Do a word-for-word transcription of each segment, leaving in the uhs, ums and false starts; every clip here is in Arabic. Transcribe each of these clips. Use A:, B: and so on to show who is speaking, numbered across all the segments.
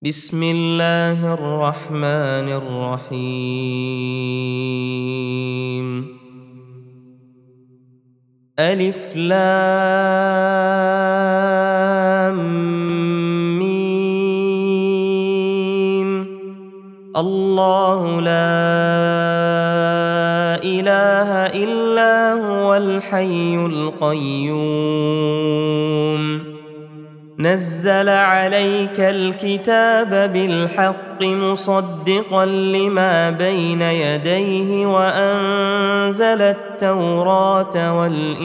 A: بسم الله الرحمن الرحيم. ألف لام ميم. الله لا إله إلا هو الحي القيوم. نزل عليك الكتاب بالحق مصدقا لما بين يديه وأنزل التوراة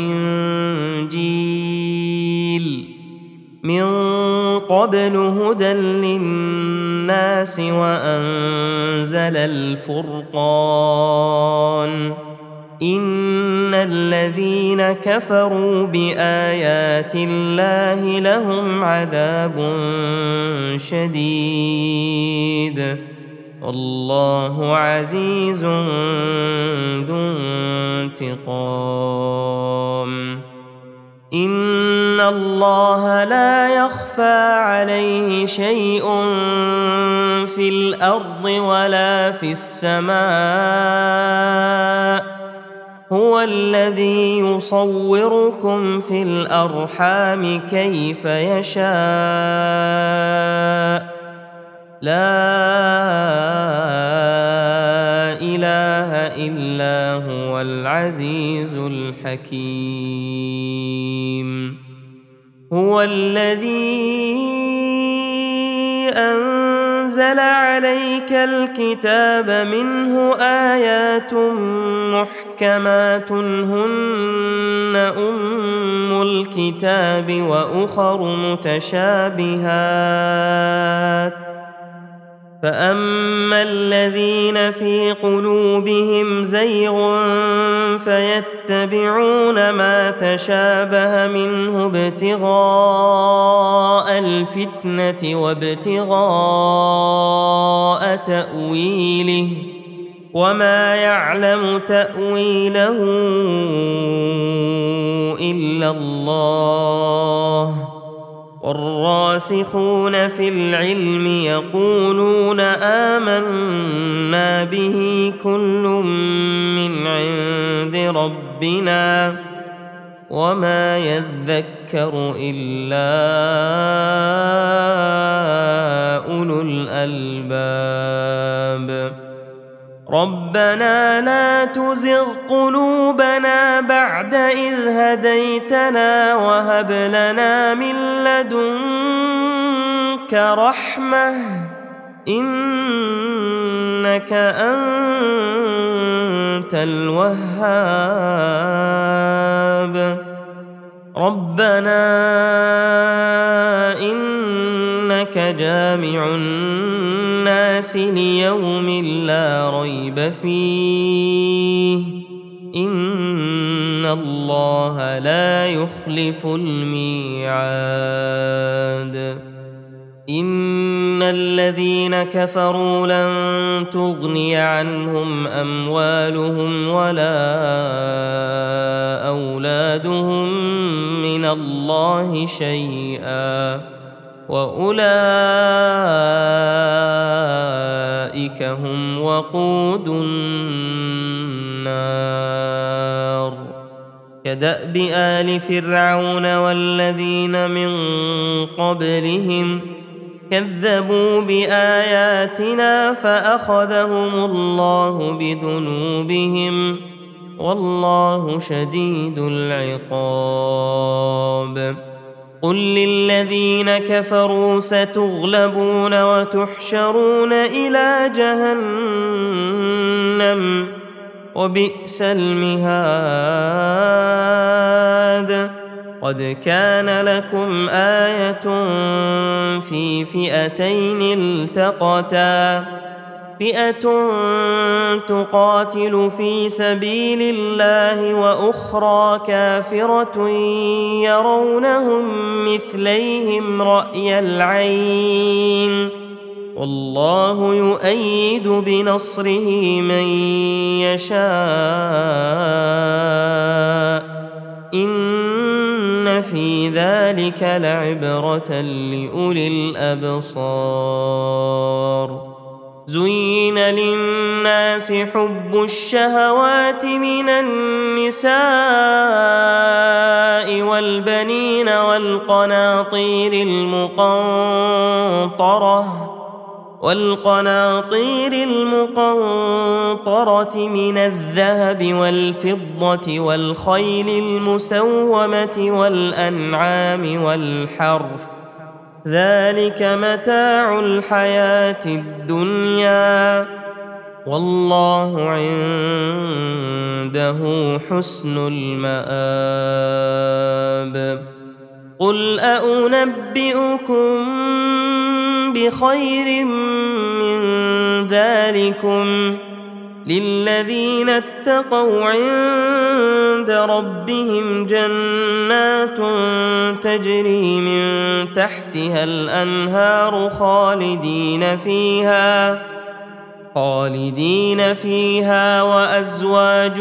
A: والإنجيل من قبل هدى للناس وأنزل الفرقان. إن الذين كفروا بآيات الله لهم عذاب شديد والله عزيز ذو انتقام. إن الله لا يخفى عليه شيء في الأرض ولا في السماء. هو الذي يصوركم في الأرحام كيف يشاء. لا إله إلا هو العزيز الحكيم. هو الذي أنزل عليك الكتاب منه آيات محكمات هن أم الكتاب وأخر متشابهات. فأما الذين في قلوبهم زيغ فيتبعون ما تشابه منه ابتغاء الفتنة وابتغاء تأويله وما يعلم تأويله إلا الله. والراسخون في العلم يقولون آمنا به كل من عند ربنا وما يذكر إلا أولو الألباب. ربنا لا تزغ قلوبنا بعد إذ هديتنا وهب لنا من لدنك رحمة إنك أنت الوهاب. ربنا إنك جامع الناس ليوم لا ريب فيه إن الله لا يخلف الميعاد. إن الذين كفروا لن تغني عنهم أموالهم ولا أولادهم من الله شيئا وأولئك هم وقود النار. كدأب آل فرعون والذين من قبلهم كذبوا بآياتنا فأخذهم الله بذنوبهم والله شديد العقاب. قل للذين كفروا ستغلبون وتحشرون إلى جهنم وبئس المهاد. قد كان لكم آية في فئتين التقتا فئة تقاتل في سبيل الله وأخرى كافرة يرونهم مثليهم رأي العين والله يؤيد بنصره من يشاء. إن في ذلك لعبرة لأولي الأبصار. زين للناس حب الشهوات من النساء والبنين والقناطير المقنطرة والقناطير المقنطرة من الذهب والفضة والخيل المسومة والأنعام والحرث، ذلك متاع الحياة الدنيا، والله عنده حسن المآب. قل أنبئكم بخير من ذلكم للذين اتقوا عند ربهم جنات تجري من تحتها الأنهار خالدين فيها خالدين فيها وأزواج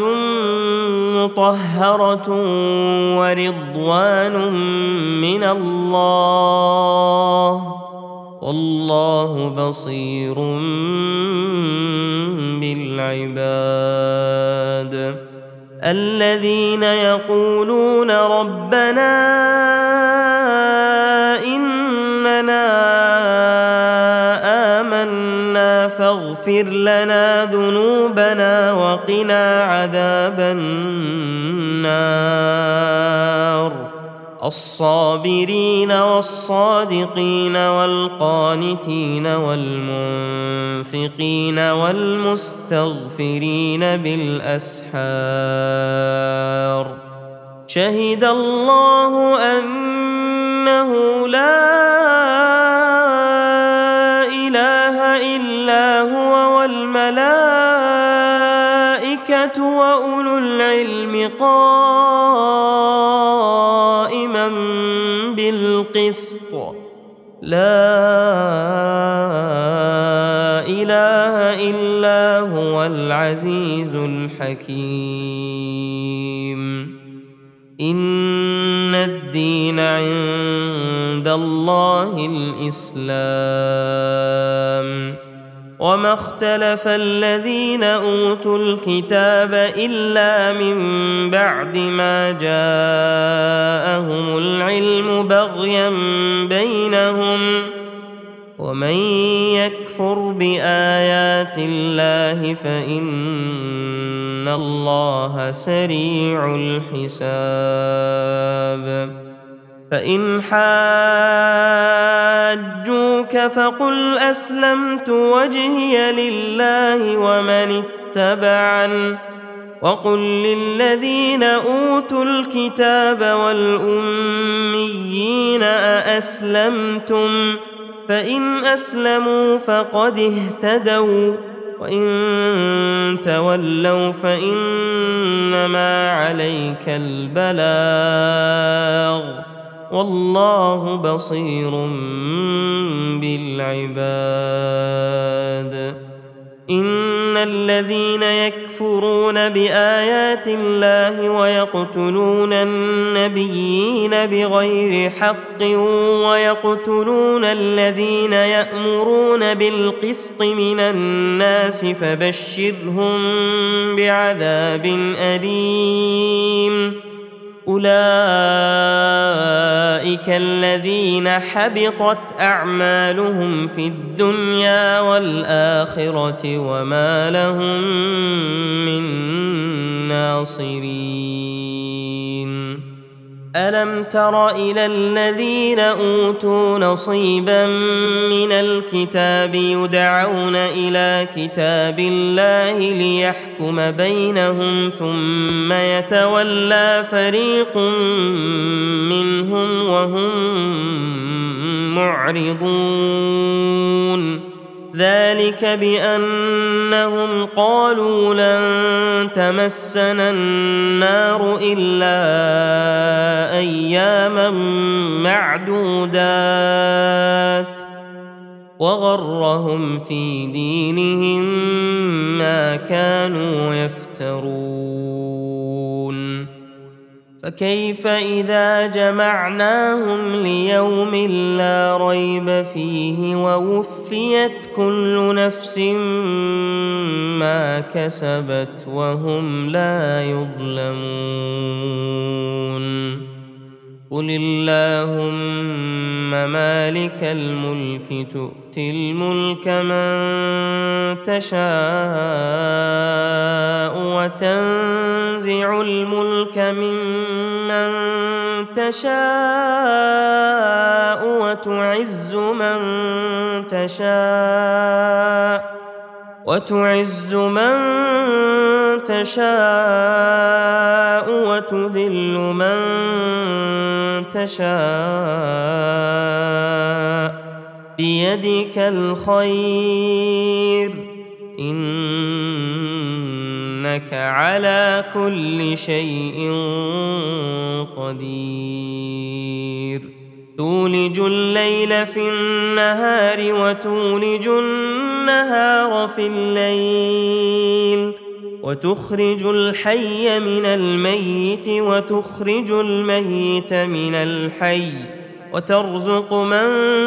A: مطهرة ورضوان من الله، والله بصير بالعباد. الذين يقولون ربنا إننا آمنا فاغفر لنا ذنوبنا وقنا عذاب النار. الصابرين والصادقين والقانتين والمنفقين والمستغفرين بالأسحار. شهد الله أنه لا إله إلا هو والملائكة وأولو العلم قائما بالقسط، لا إله إلا هو العزيز الحكيم. إن الدين عند الله الإسلام، وما اختلف الذين أوتوا الكتاب إلا من بعد ما جاءهم العلم بغيا بينهم، ومن يكفر بآيات الله فإن الله سريع الحساب. فإن حاجوك فقل أسلمت وجهي لله ومن اتبعن، وقل للذين أوتوا الكتاب والأميين أأسلمتم، فإن أسلموا فقد اهتدوا، وإن تولوا فإنما عليك البلاغ، والله بصير بالعباد. إن الذين يكفرون بآيات الله ويقتلون النبيين بغير حق ويقتلون الذين يأمرون بالقسط من الناس فبشرهم بعذاب أليم. أولئك الذين حبطت أعمالهم في الدنيا والآخرة وما لهم من ناصرين. ألم تر إلى الذين أوتوا نصيبا من الكتاب يدعون إلى كتاب الله ليحكم بينهم ثم يتولى فريق منهم وهم معرضون. ذلك بأنهم قالوا لن تمسنا النار إلا أياما معدودات وغرهم في دينهم ما كانوا يفترون. فكيف إذا جمعناهم ليوم لا ريب فيه ووفيت كل نفس ما كسبت وهم لا يظلمون قل اللهم مالك الملك تؤتي الملك من تشاء وتنزع الملك ممن تشاء وتعز من تشاء وتعز من تشاء وتذل من تشاء بيدك الخير إنك على كل شيء قدير تولج الليل في النهار وتولج النهار في الليل وتخرج الحي من الميت وتخرج الميت من الحي وترزق من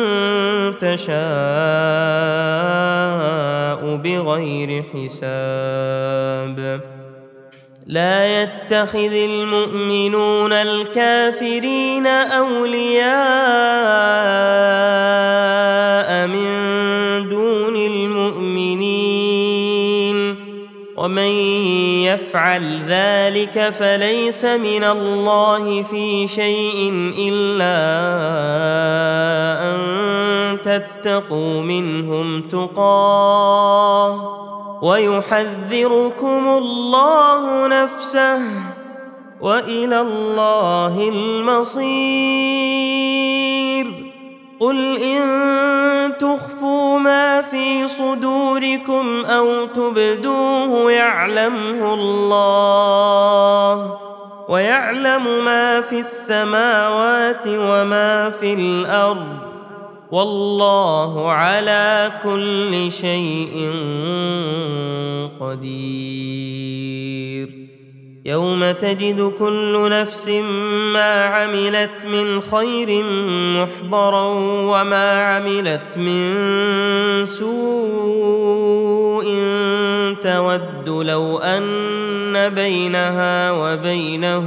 A: تشاء بغير حساب لا يتخذ المؤمنون الكافرين أولياء من دون المؤمنين ومن يفعل ذلك فليس من الله في شيء إلا أن تتقوا منهم تقاه ويحذركم الله نفسه وإلى الله المصير قل إن تخفوا ما في صدوركم أو تبدوه يعلمه الله ويعلم ما في السماوات وما في الأرض والله على كل شيء قدير يوم تجد كل نفس ما عملت من خير محضرا وما عملت من سوء تود لو أن بينها وبينه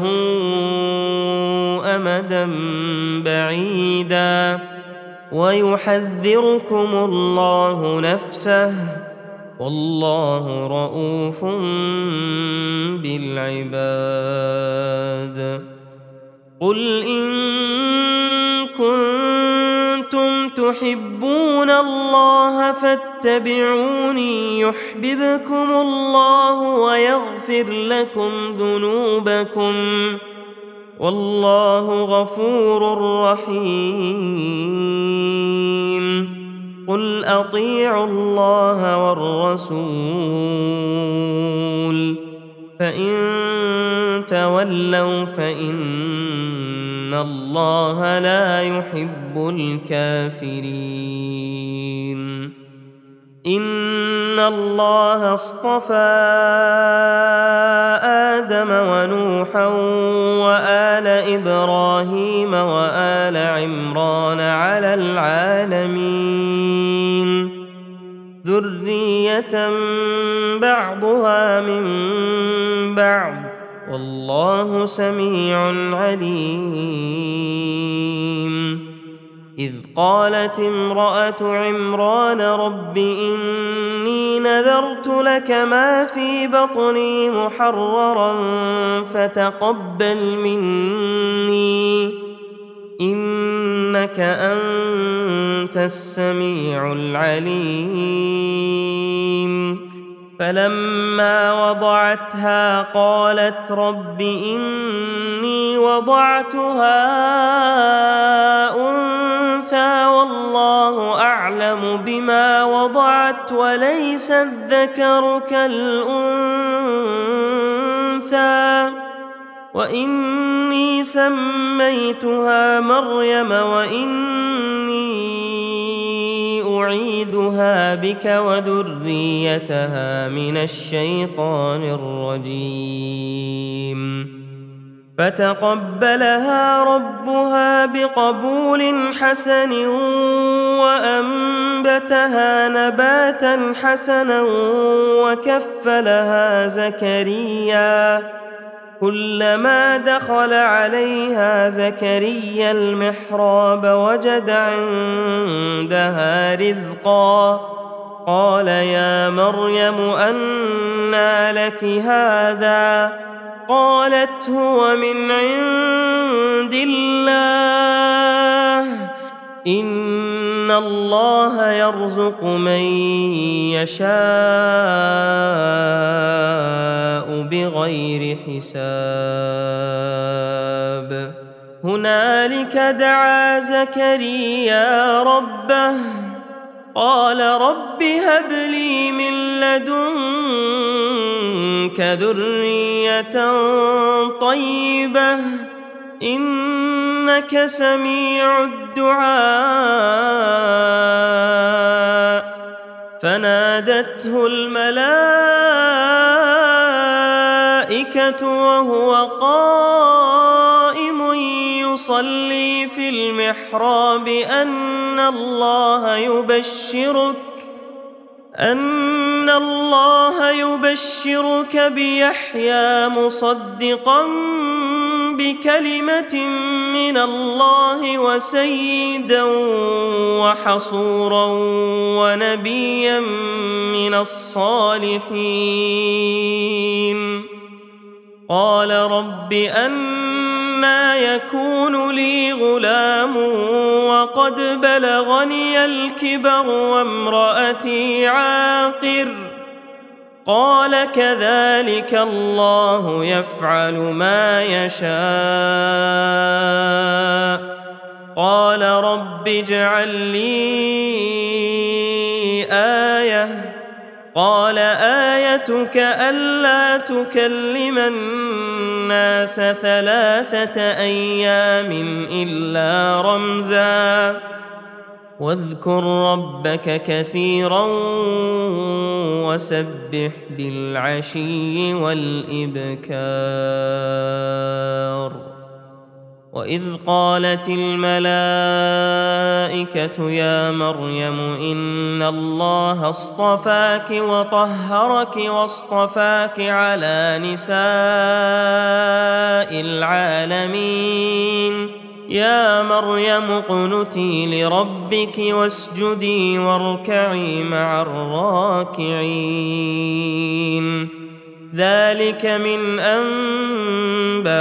A: أمدا بعيدا ويحذركم الله نفسه والله رؤوف بالعباد قل إن كنتم تحبون الله فاتبعوني يحببكم الله ويغفر لكم ذنوبكم والله غفور رحيم قل أطيعوا الله والرسول فإن تولوا فإن الله لا يحب الكافرين إن الله اصطفى آدم ونوحا وآل إبراهيم وآل عمران على العالمين ذرية بعضها من بعض والله سميع عليم إذ قالت امرأة عمران رب إني نذرت لك ما في بطني محررا فتقبل مني إنك أنت السميع العليم فلما وضعتها قالت رب إني وضعتها أنثى والله أعلم بما وضعت وليس الذكر كالأنثى وإني سميتها مريم وإني أعيذها بك وذريتها من الشيطان الرجيم فتقبلها ربها بقبول حسن وأنبتها نباتا حسنا وكفلها زكريا. كلما دخل عليها زكريا المحراب وجد عندها رزقا قال يا مريم أنى لك هذا؟ قالت هو من عند الله إن الله يرزق من يشاء بغير حساب. هنالك دعا زكريا ربه قال رب هب لي من لدنك ذرية طيبة إنك سميع الدعاء. فنادته الملائكة وهو قائم يصلي في المحراب أن الله يبشرك أن الله يبشرك بيحيى مصدقا بكلمة من الله وسيدا وحصورا ونبيا من الصالحين. قال رب أنى يكون لي غلام وقد بلغني الكبر وامرأتي عاقر؟ قال كذلك الله يفعل ما يشاء. قال رب اجعل لي آية. قال آيتك ألا تكلم الناس ثلاثة أيام إلا رمزا واذكر ربك كثيرا وسبح بالعشي والإبكار. وإذ قالت الملائكة يا مريم إن الله اصطفاك وطهرك واصطفاك على نساء العالمين يا مريم اقنتي لربك واسجدي واركعي مع الراكعين. ذلك من أنباء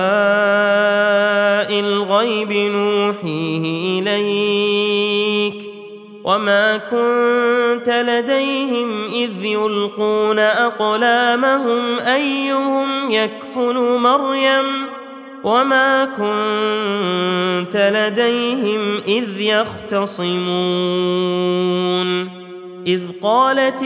A: الغيب نوحيه إليك وما كنت لديهم إذ يلقون أقلامهم أيهم يكفل مريم وما كنت لديهم إذ يختصمون. إذ قالت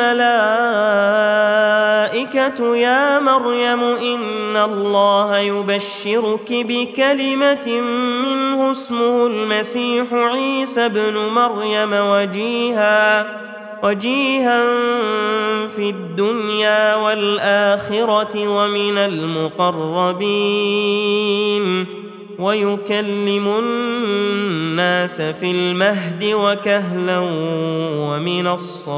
A: الملائكة يا مريم إن الله يبشرك بكلمة منه اسمه المسيح عيسى ابن مريم وجيها وجيها في الدنيا والآخرة ومن المقربين ويكلم الناس في المهد وكهلا ومن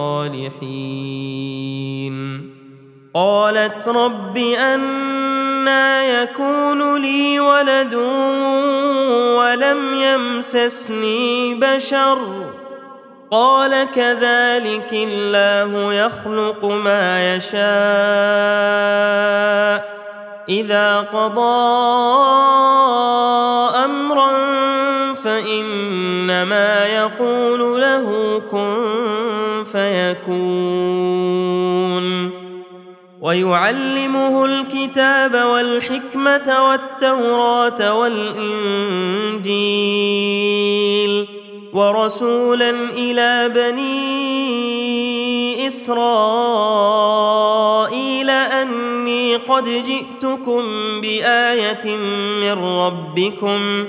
A: الصالحين. قالت رب أنى يكون لي ولد ولم يمسسني بشر؟ قال كذلك الله يخلق ما يشاء إذا قضى أمرا فإنما يقول له كن فيكون. ويعلمه الكتاب والحكمة والتوراة والإنجيل ورسولا إلى بني إسرائيل أني قد جئتكم بآية من ربكم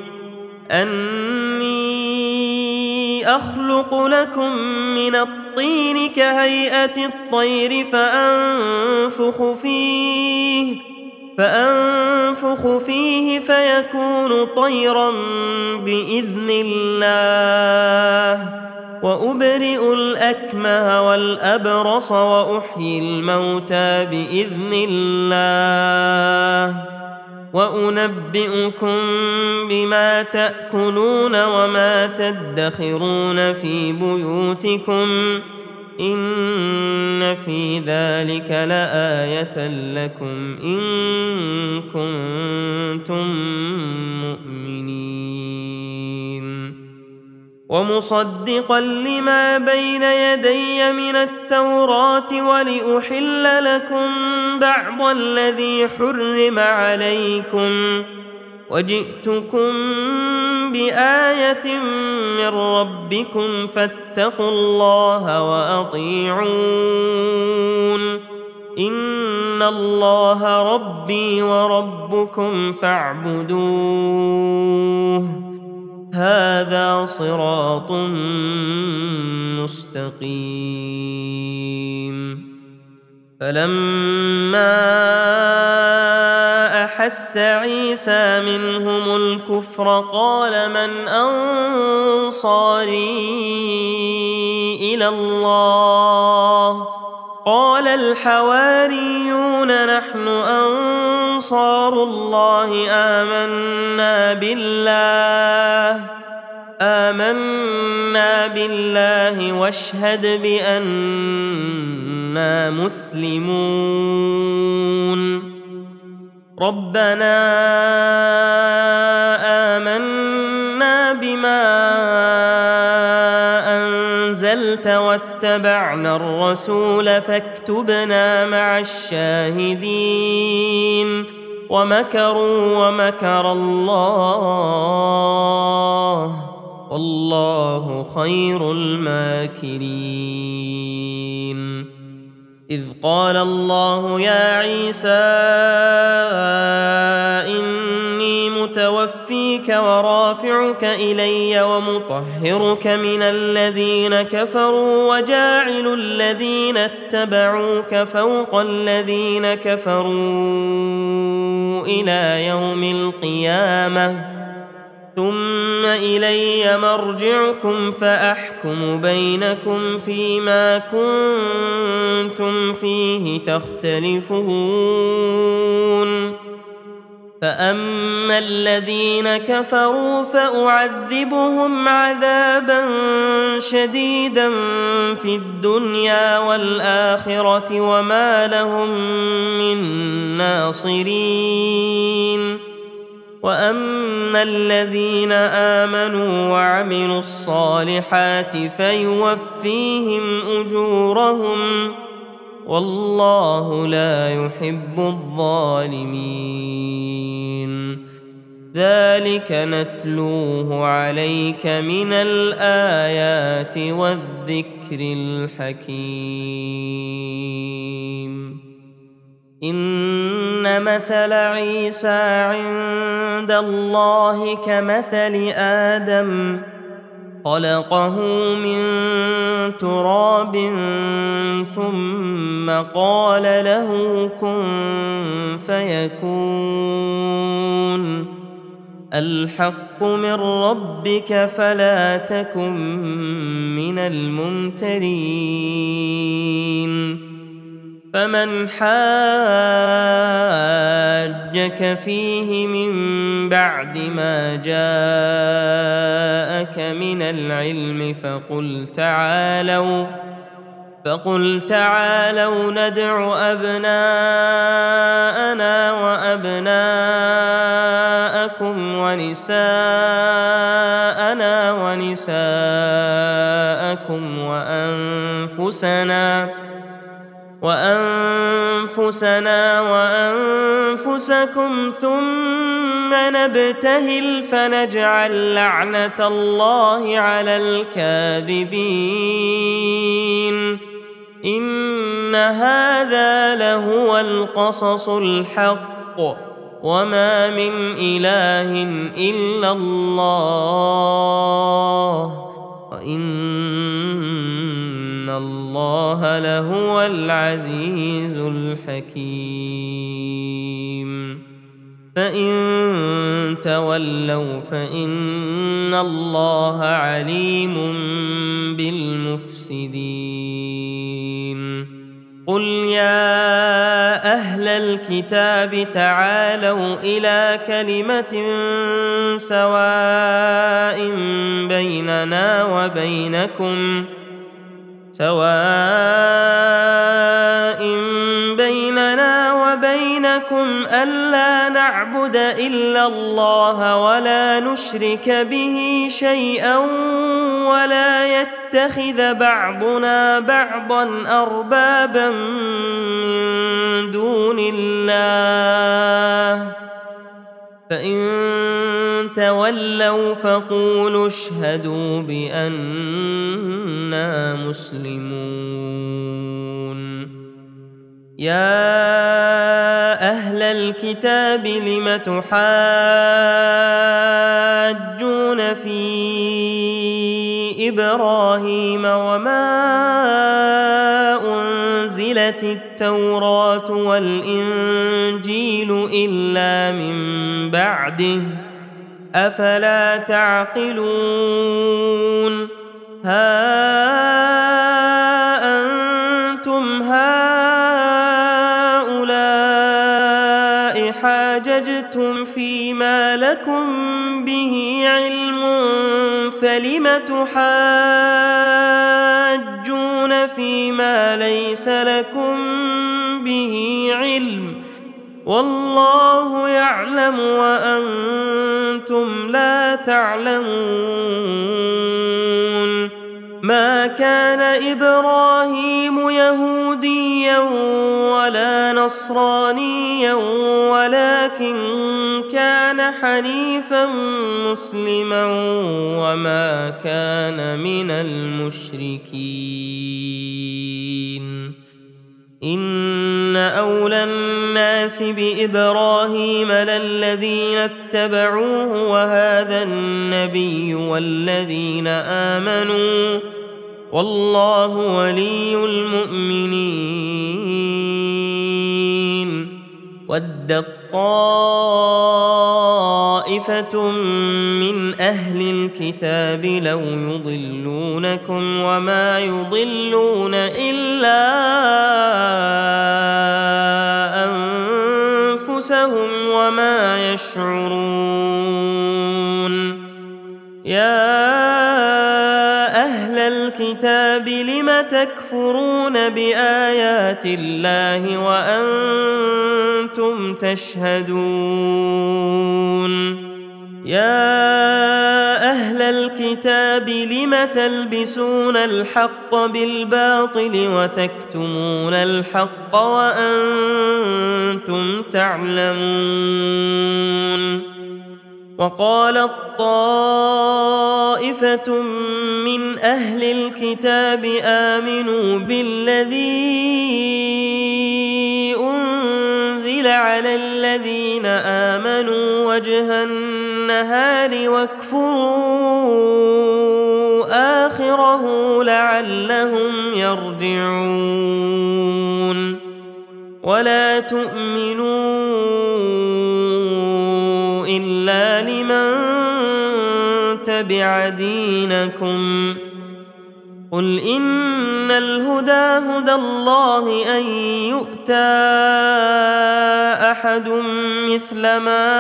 A: أني أخلق لكم من الطين كهيئة الطير فأنفخ فيه فأنفخ فيه فيكون طيرا بإذن الله وأبرئ الأكمه والأبرص وأحيي الموتى بإذن الله وأنبئكم بما تأكلون وما تدخرون في بيوتكم إن في ذلك لآية لكم إن كنتم مؤمنين ومصدقا لما بين يدي من التوراة ولأحل لكم بعض الذي حرم عليكم وجئتكم بآية من ربكم فاتقوا الله وأطيعون إن الله ربي وربكم فاعبدوه هذا صراط مستقيم فلما أحس عيسى منهم الكفر قال من أنصاري إلى الله قال الحواريون نحن أنصار الله آمنا بالله آمنا بالله واشهد بأننا مسلمون ربنا آمنا بما أنزلت واتبعنا الرسول فاكتبنا مع الشاهدين ومكروا ومكر الله والله خير الماكرين إذ قال الله يا عيسى إني متوفيك ورافعك إلي ومطهرك من الذين كفروا وجاعل الذين اتبعوك فوق الذين كفروا إلى يوم القيامة ثم إلي مرجعكم فأحكم بينكم فيما كنتم فيه تختلفون فأما الذين كفروا فأعذبهم عذابا شديدا في الدنيا والآخرة وما لهم من ناصرين وأما الذين آمنوا وعملوا الصالحات فيوفيهم أجورهم والله لا يحب الظالمين ذلك نتلوه عليك من الآيات والذكر الحكيم إن مثل عيسى عند الله كمثل آدم خلقه من تراب ثم قال له كن فيكون الحق من ربك فلا تكن من الممترين فمن حاجك فيه من بعد ما جاءك من العلم فقل تعالوا فقل تعالوا ندع أبناءنا وأبناءكم ونساءنا ونساءكم وأنفسنا وأنفسنا وأنفسكم ثم نبتهل فنجعل لعنة الله على الكاذبين إن هذا لهو القصص الحق وما من إله إلا الله وإن إن الله لهو العزيز الحكيم فإن تولوا فإن الله عليم بالمفسدين قل يا أهل الكتاب تعالوا إلى كلمة سواء بيننا وبينكم سواء بيننا وبينكم ألا نعبد إلا الله ولا نشرك به شيئا ولا يتخذ بعضنا بعضا أربابا من دون الله فإن تولوا فقولوا اشهدوا بأننا مسلمون يا أهل الكتاب لم تحاجون في إبراهيم وما أنزلت التوراة والإنجيل إلا من بعده أفلا تعقلون ها أنتم هؤلاء حاججتم فيما لكم به علم فلم تحاجون فيما ليس لكم به علم والله يعلم وأنتم لا تعلمون ما كان إبراهيم يهوديا ولا نصرانيا ولكن كان حنيفا مسلما وما كان من المشركين إن أولى الناس بإبراهيم للذين اتبعوه وهذا النبي والذين آمنوا والله ولي المؤمنين ودت طائفة من أهل الكتاب لو يضلونكم وما يضلون إلا أنفسهم وما يشعرون يا أهل الكتاب لم تكفرون بآيات الله وأنتم تشهدون يا أهل الكتاب لم تلبسون الحق بالباطل وتكتمون الحق وأنتم تعلمون وقالت طائفة من أهل الكتاب آمنوا بالذي أنزل على الذين آمنوا وجه النهار واكفروا آخره لعلهم يرجعون ولا تؤمنوا إلا لمن تبع دينكم قل إن الهدى هدى الله أن يؤتى أحد مثل ما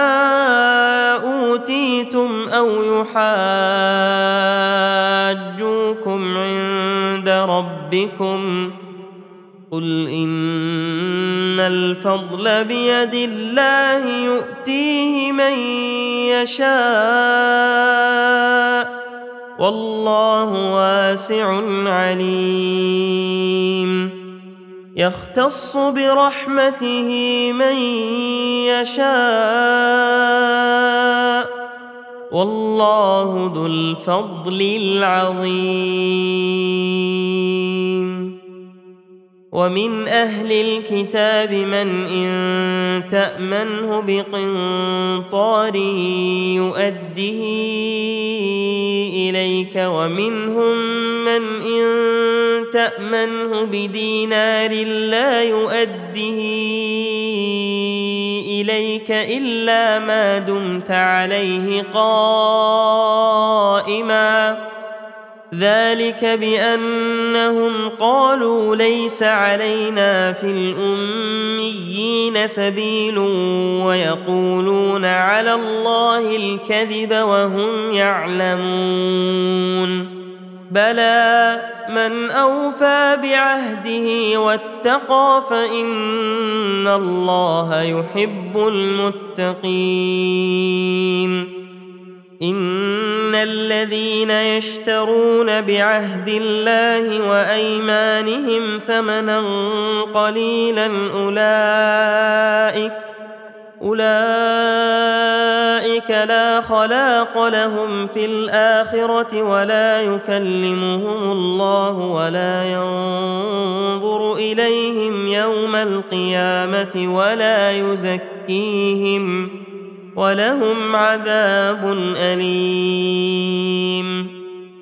A: أوتيتم أو يحاجوكم عند ربكم قل إن الفضل بيد الله يؤتيه من يشاء والله واسع عليم يختص برحمته من يشاء والله ذو الفضل العظيم ومن أهل الكتاب من إن تأمنه بقنطار يؤديه إليك ومنهم من إن تأمنه بدينار لا يؤديه إليك إلا ما دمت عليه قائما ذلك بأنهم قالوا ليس علينا في الأميين سبيل ويقولون على الله الكذب وهم يعلمون بلى من أوفى بعهده واتقى فإن الله يحب المتقين إن الذين يشترون بعهد الله وأيمانهم ثمنا قليلا أولئك أولئك لا خلاق لهم في الآخرة ولا يكلمهم الله ولا ينظر إليهم يوم القيامة ولا يزكيهم ولهم عذاب أليم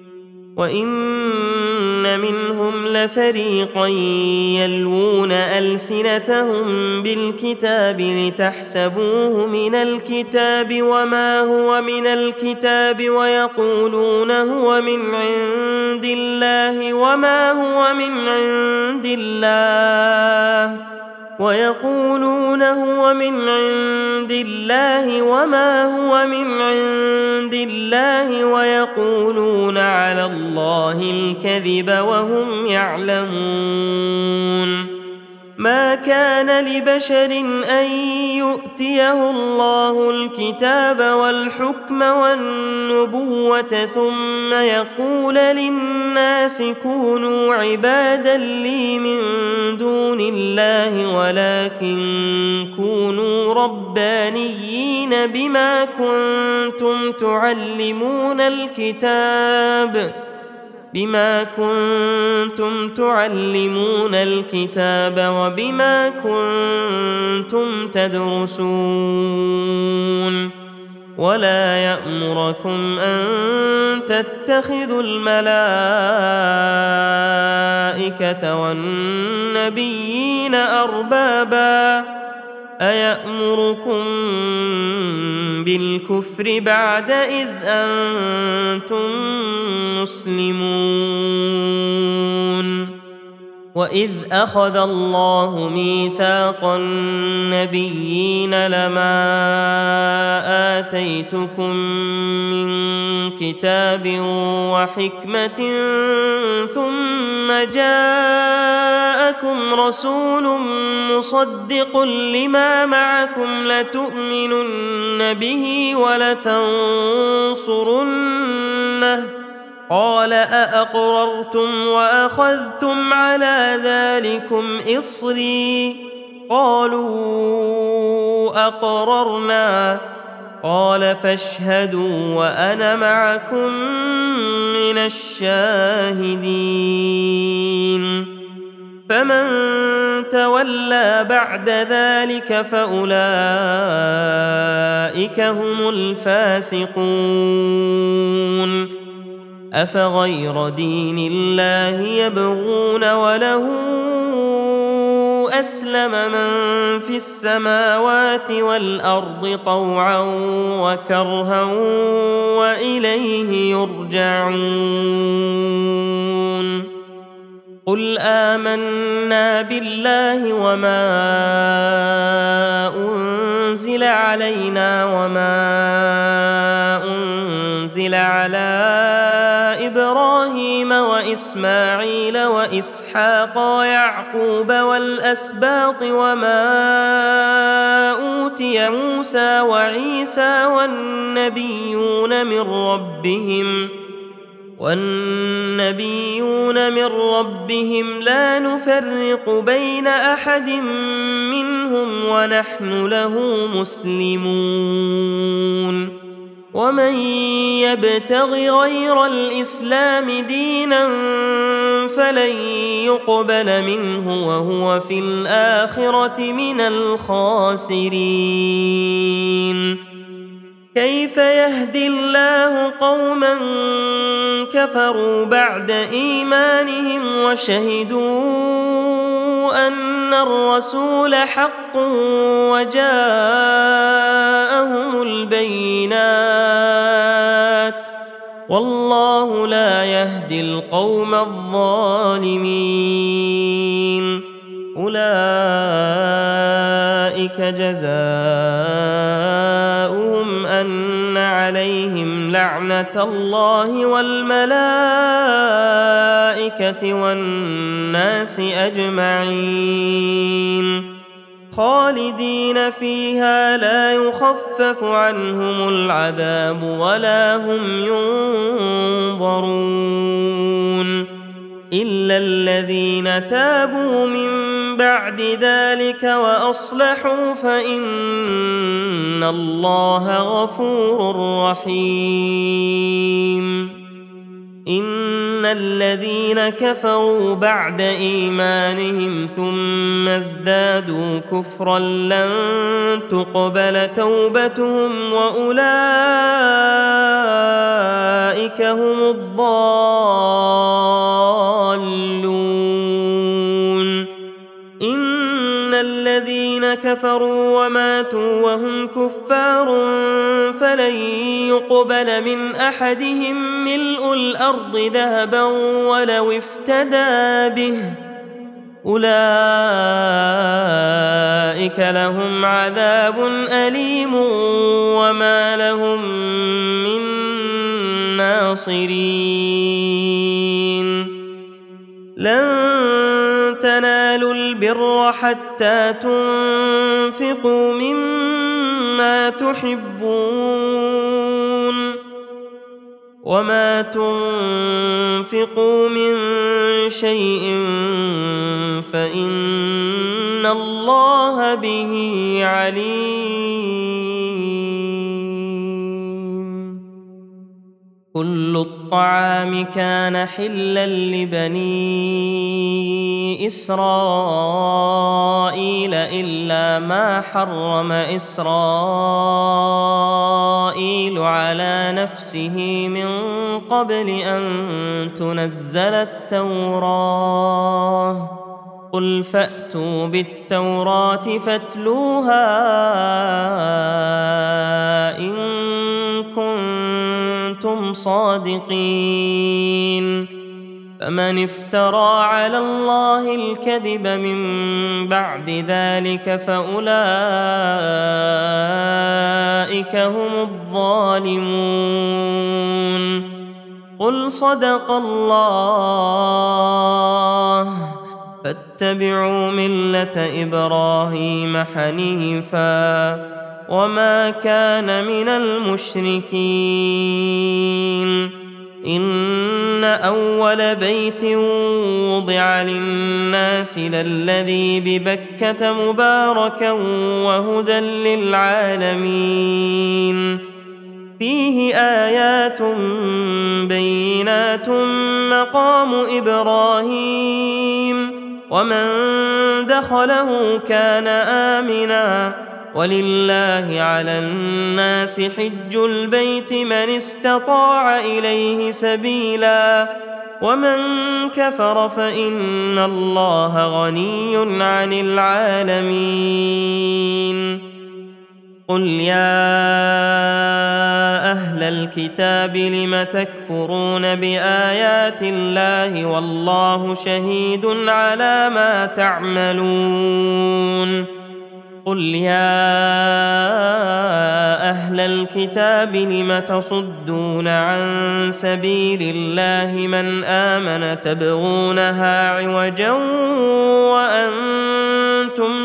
A: وإن منهم لفريقا يلوون ألسنتهم بالكتاب لتحسبوه من الكتاب وما هو من الكتاب ويقولون هو من عند الله وما هو من عند الله ويقولون هو من عند الله وما هو من عند الله ويقولون على الله الكذب وهم يعلمون ما كان لبشر أن يؤتيه الله الكتاب والحكم والنبوة ثم يقول للناس كونوا عبادا لي من دون الله ولكن كونوا ربانيين بما كنتم تعلمون الكتاب بما كنتم تعلمون الكتاب وبما كنتم تدرسون ولا يأمركم أن تتخذوا الملائكة والنبيين أربابا أيأمركم بالكفر بعد إذ أنتم مسلمون وإذ أخذ الله ميثاق النبيين لما آتيتكم من كتاب وحكمة ثم جاءكم رسول مصدق لما معكم لتؤمنن به ولتنصرنه قال أأقررتم وأخذتم على ذلكم إصري قالوا أقررنا قال فاشهدوا وأنا معكم من الشاهدين فمن تولى بعد ذلك فأولئك هم الفاسقون أفغير دين الله يبغون وله أسلم من في السماوات والأرض طوعا وكرها وإليه يرجعون قل آمنا بالله وما أنزل علينا وما أنزل على إبراهيم وإسماعيل وإسحاق ويعقوب والأسباط وما أوتي موسى وعيسى والنبيون من ربهم والنبيون من ربهم لا نفرق بين أحد منهم ونحن له مسلمون ومن يبتغ غير الإسلام دينا فلن يقبل منه وهو في الآخرة من الخاسرين كيف يهدي الله قوما كفروا بعد إيمانهم وشهدوا أن الرسول حق وجاءهم البينات والله لا يهدي القوم الظالمين أولئك جزاؤهم أن عليهم لعنة الله والملائكة والناس أجمعين خالدين فيها لا يخفف عنهم العذاب ولا هم ينظرون إلا الذين تابوا من بعد ذلك وأصلحوا فإن الله غفور رحيم إن الذين كفروا بعد إيمانهم ثم ازدادوا كفرا لن تقبل توبتهم وأولئك هم الضالون إن الذين كفروا وماتوا وهم كفار فلن يقبل من أحدهم ملء الأرض ذهبا ولو افتدى به أولئك لهم عذاب أليم وما لهم من ناصرين لن تنالوا البر حتى تنفقوا مما تحبون وما تنفقوا من شيء فإن الله به عليم كل الطعام كان حلا لبني إسرائيل إلا ما حرم إسرائيل على نفسه من قبل أن تنزل التوراة قل فأتوا بالتوراة فاتلوها إن كنتم صادقين فمن افترى على الله الكذب من بعد ذلك فأولئك هم الظالمون قل صدق الله فاتبعوا ملة إبراهيم حنيفا وما كان من المشركين إن أول بيت وضع للناس للذي ببكة مباركا وهدى للعالمين فيه آيات بينات مقام إبراهيم ومن دخله كان آمنا ولله على الناس حج البيت من استطاع إليه سبيلا ومن كفر فإن الله غني عن العالمين قل يا أهل الكتاب لم تكفرون بآيات الله والله شهيد على ما تعملون قل يا أهل الكتاب لم تصدون عن سبيل الله من آمن تبغونها عوجا وأنتم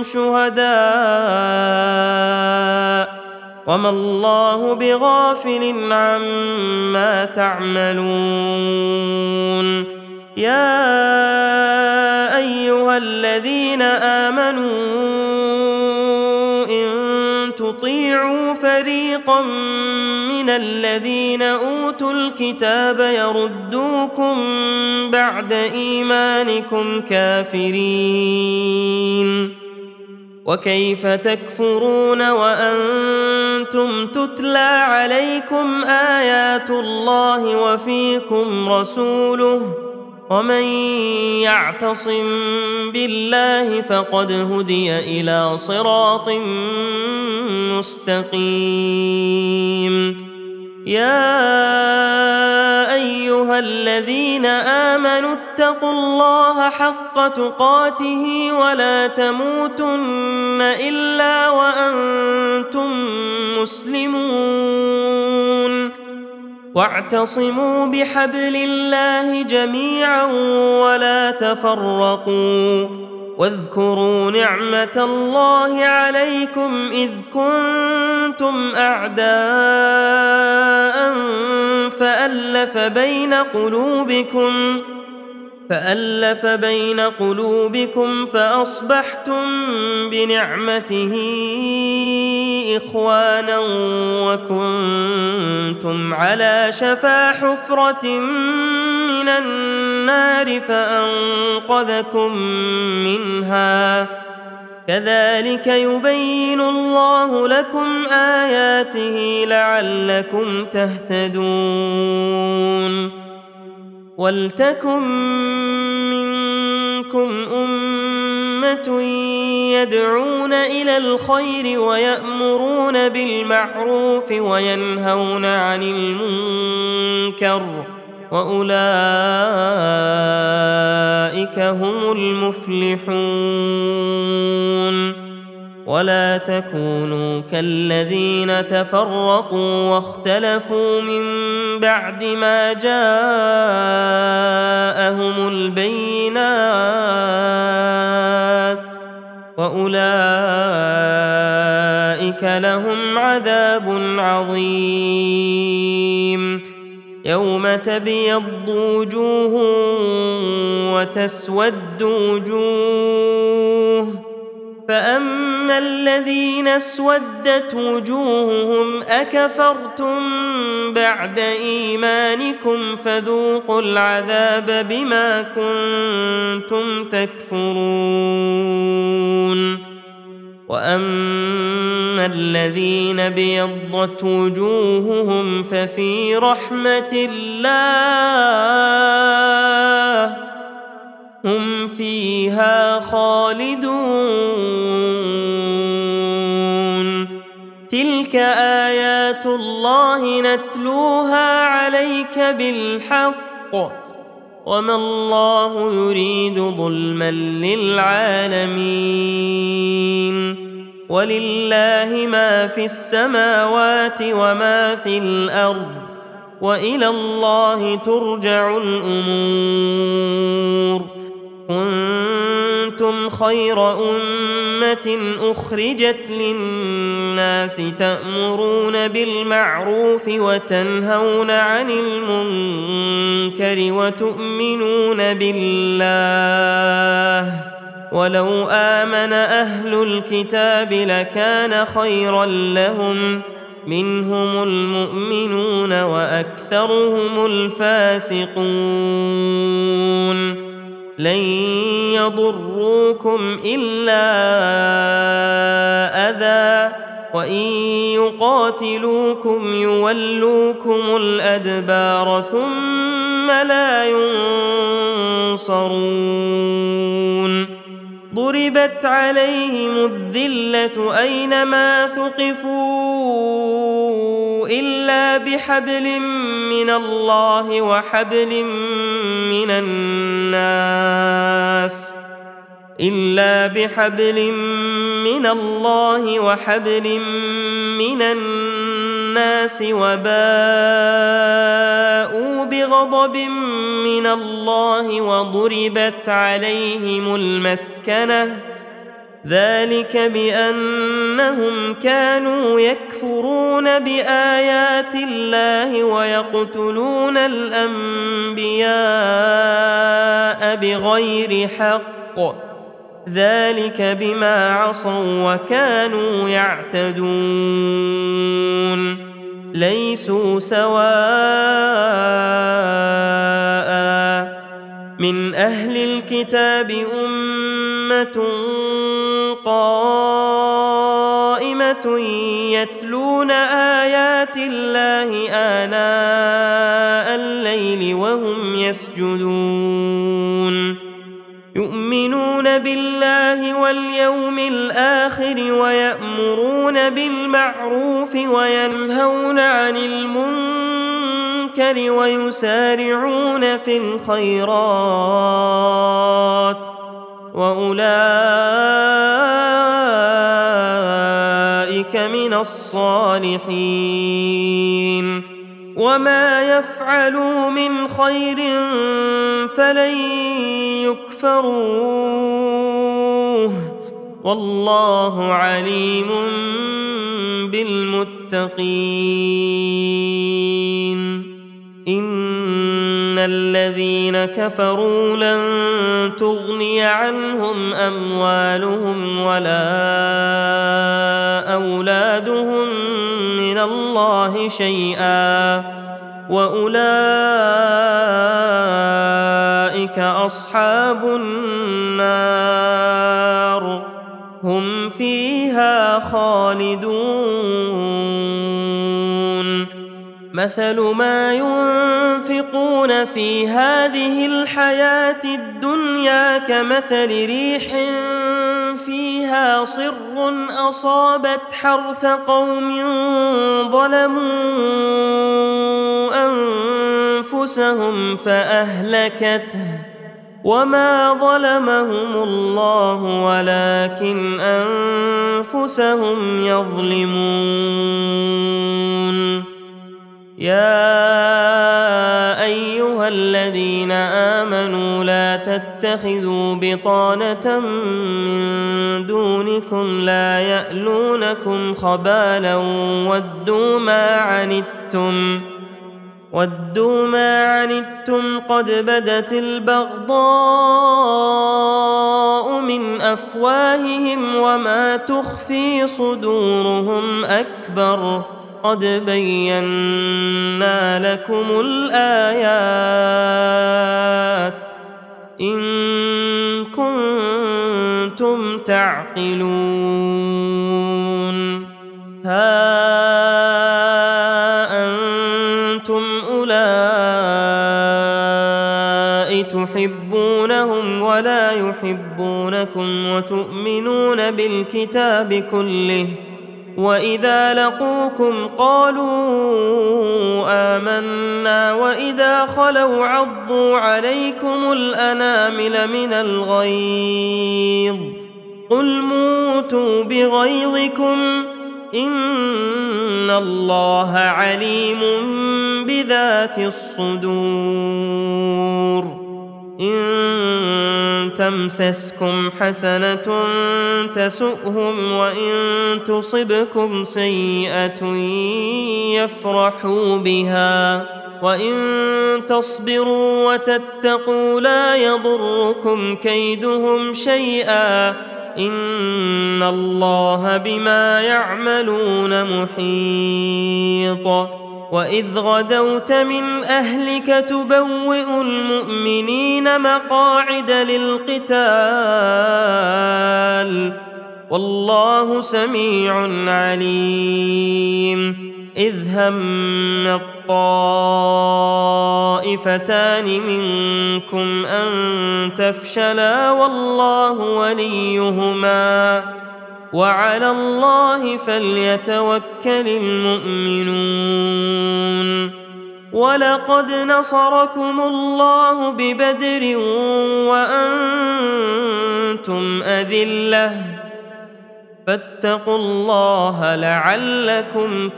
A: شهداء وما الله بغافل عما تعملون يا أيها الذين آمنوا تطيعوا فريقا من الذين أوتوا الكتاب يردوكم بعد إيمانكم كافرين وكيف تكفرون وأنتم تتلى عليكم آيات الله وفيكم رسوله ومن يعتصم بالله فقد هدي إلى صراط مستقيم. يا أيها الذين آمنوا اتقوا الله حق تقاته ولا تموتن إلا وأنتم مسلمون واعتصموا بحبل الله جميعا ولا تفرقوا واذكروا نعمة الله عليكم إذ كنتم أعداء فألف بين قلوبكم فألف بين قلوبكم فأصبحتم بنعمته إخوانا وكنتم على شفا حفرة من النار فأنقذكم منها كذلك يبين الله لكم آياته لعلكم تهتدون. ولتكن منكم أمة يدعون إلى الخير ويأمرون بالمعروف وينهون عن المنكر وأولئك هم المفلحون. ولا تكونوا كالذين تفرقوا واختلفوا من بعد ما جاءهم البينات وأولئك لهم عذاب عظيم. يوم تبيض وجوه وتسود وجوه فأما الذين اسودت وجوههم أكفرتم بعد إيمانكم فذوقوا العذاب بما كنتم تكفرون. وأما الذين بيضت وجوههم ففي رحمة الله هم فيها خالدون. تلك آيات الله نتلوها عليك بالحق وما الله يريد ظلما للعالمين. ولله ما في السماوات وما في الأرض وإلى الله ترجع الأمور. كنتم خير أمة أخرجت للناس تأمرون بالمعروف وتنهون عن المنكر وتؤمنون بالله ولو آمن أهل الكتاب لكان خيرا لهم منهم المؤمنون وأكثرهم الفاسقون. لن يضروكم إلا أذى وإن يقاتلوكم يولوكم الأدبار ثم لا ينصرون. ضربت عليهم الذلة أينما ثقفوا إلا بحبل من الله وحبل من الناس إلا بحبل من الله وحبل من الناس وباءوا بغضب من الله وضربت عليهم المسكنة ذلك بأنهم كانوا يكفرون بآيات الله ويقتلون الأنبياء بغير حق ذلك بما عصوا وكانوا يعتدون. ليسوا سواء من أهل الكتاب أمة أمة قائمة يتلون آيات الله آناء الليل وهم يسجدون يؤمنون بالله واليوم الآخر ويأمرون بالمعروف وينهون عن المنكر ويسارعون في الخيرات وأولئك من الصالحين وما يفعلوا من خير فلن يكفروه والله عليم بالمتقين إن الذين كفروا لن تغني عنهم أموالهم ولا أولادهم من الله شيئا وأولئك أصحاب النار هم فيها خالدون مثل ما ينفقون في هذه الحياة الدنيا كمثل ريح فيها صر أصابت حرث قوم ظلموا أنفسهم فأهلكته وما ظلمهم الله ولكن أنفسهم يظلمون يا أيها الذين آمنوا لا تتخذوا بطانة من دونكم لا يألونكم خبالا ودوا ما عنتم ودوا ما عنتم قد بدت البغضاء من أفواههم وما تخفي صدورهم أكبر قد بينا لكم الآيات إن كنتم تعقلون ها أنتم أولئك تحبونهم ولا يحبونكم وتؤمنون بالكتاب كله وإذا لقوكم قالوا آمنا وإذا خلوا عضوا عليكم الأنامل من الغيظ قل موتوا بغيظكم إن الله عليم بذات الصدور إن تمسسكم حسنة تسؤهم وإن تصبكم سيئة يفرحوا بها وإن تصبروا وتتقوا لا يضركم كيدهم شيئا إن الله بما يعملون محيط وإذ غدوت من أهلك تبوئ المؤمنين مقاعد للقتال والله سميع عليم إذ هم الطائفتان منكم أن تفشلا والله وليهما وعلى الله فليتوكل المؤمنون ولقد نصركم الله ببدر وأنتم أذلة فاتقوا الله لعلكم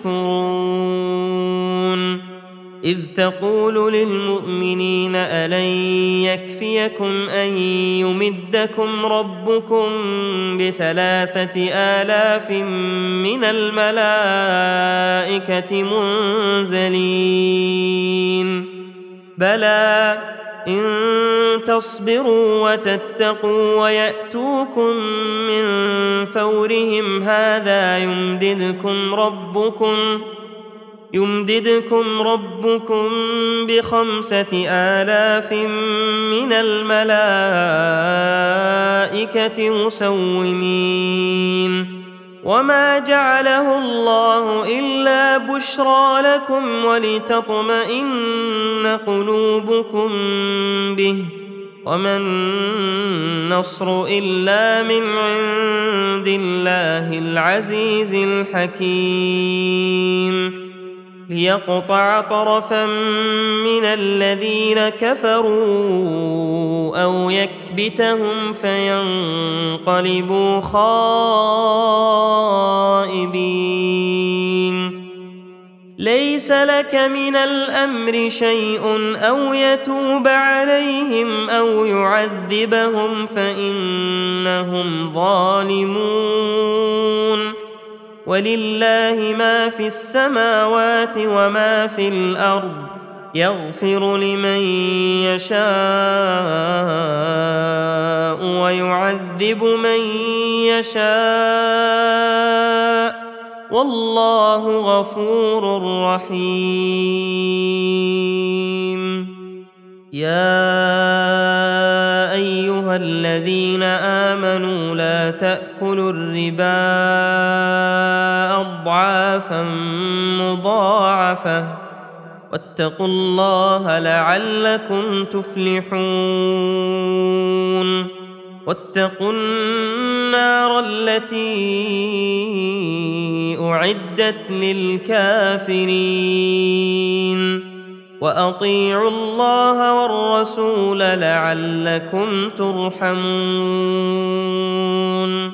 A: تشكرون إذ تقول للمؤمنين ألن يكفيكم أن يمدكم ربكم بثلاثة آلاف من الملائكة منزلين بلى إن تصبروا وتتقوا ويأتوكم من فورهم هذا يمددكم ربكم يمددكم ربكم بخمسة آلاف من الملائكة الملائكة مسومين وما جعله الله إلا بشرى لكم ولتطمئن قلوبكم به وما النصر إلا من عند الله العزيز الحكيم ليقطع طرفا من الذين كفروا أو يكبتهم فينقلبوا خائبين ليس لك من الأمر شيء أو يتوب عليهم أو يعذبهم فإنهم ظالمون ولله ما في السماوات وما في الأرض يغفر لمن يشاء ويعذب من يشاء والله غفور رحيم يا أيها الذين آمنوا لا تأكلوا الربا أضعافا مضاعفة واتقوا الله لعلكم تفلحون واتقوا النار التي أعدت للكافرين وأطيعوا الله والرسول لعلكم ترحمون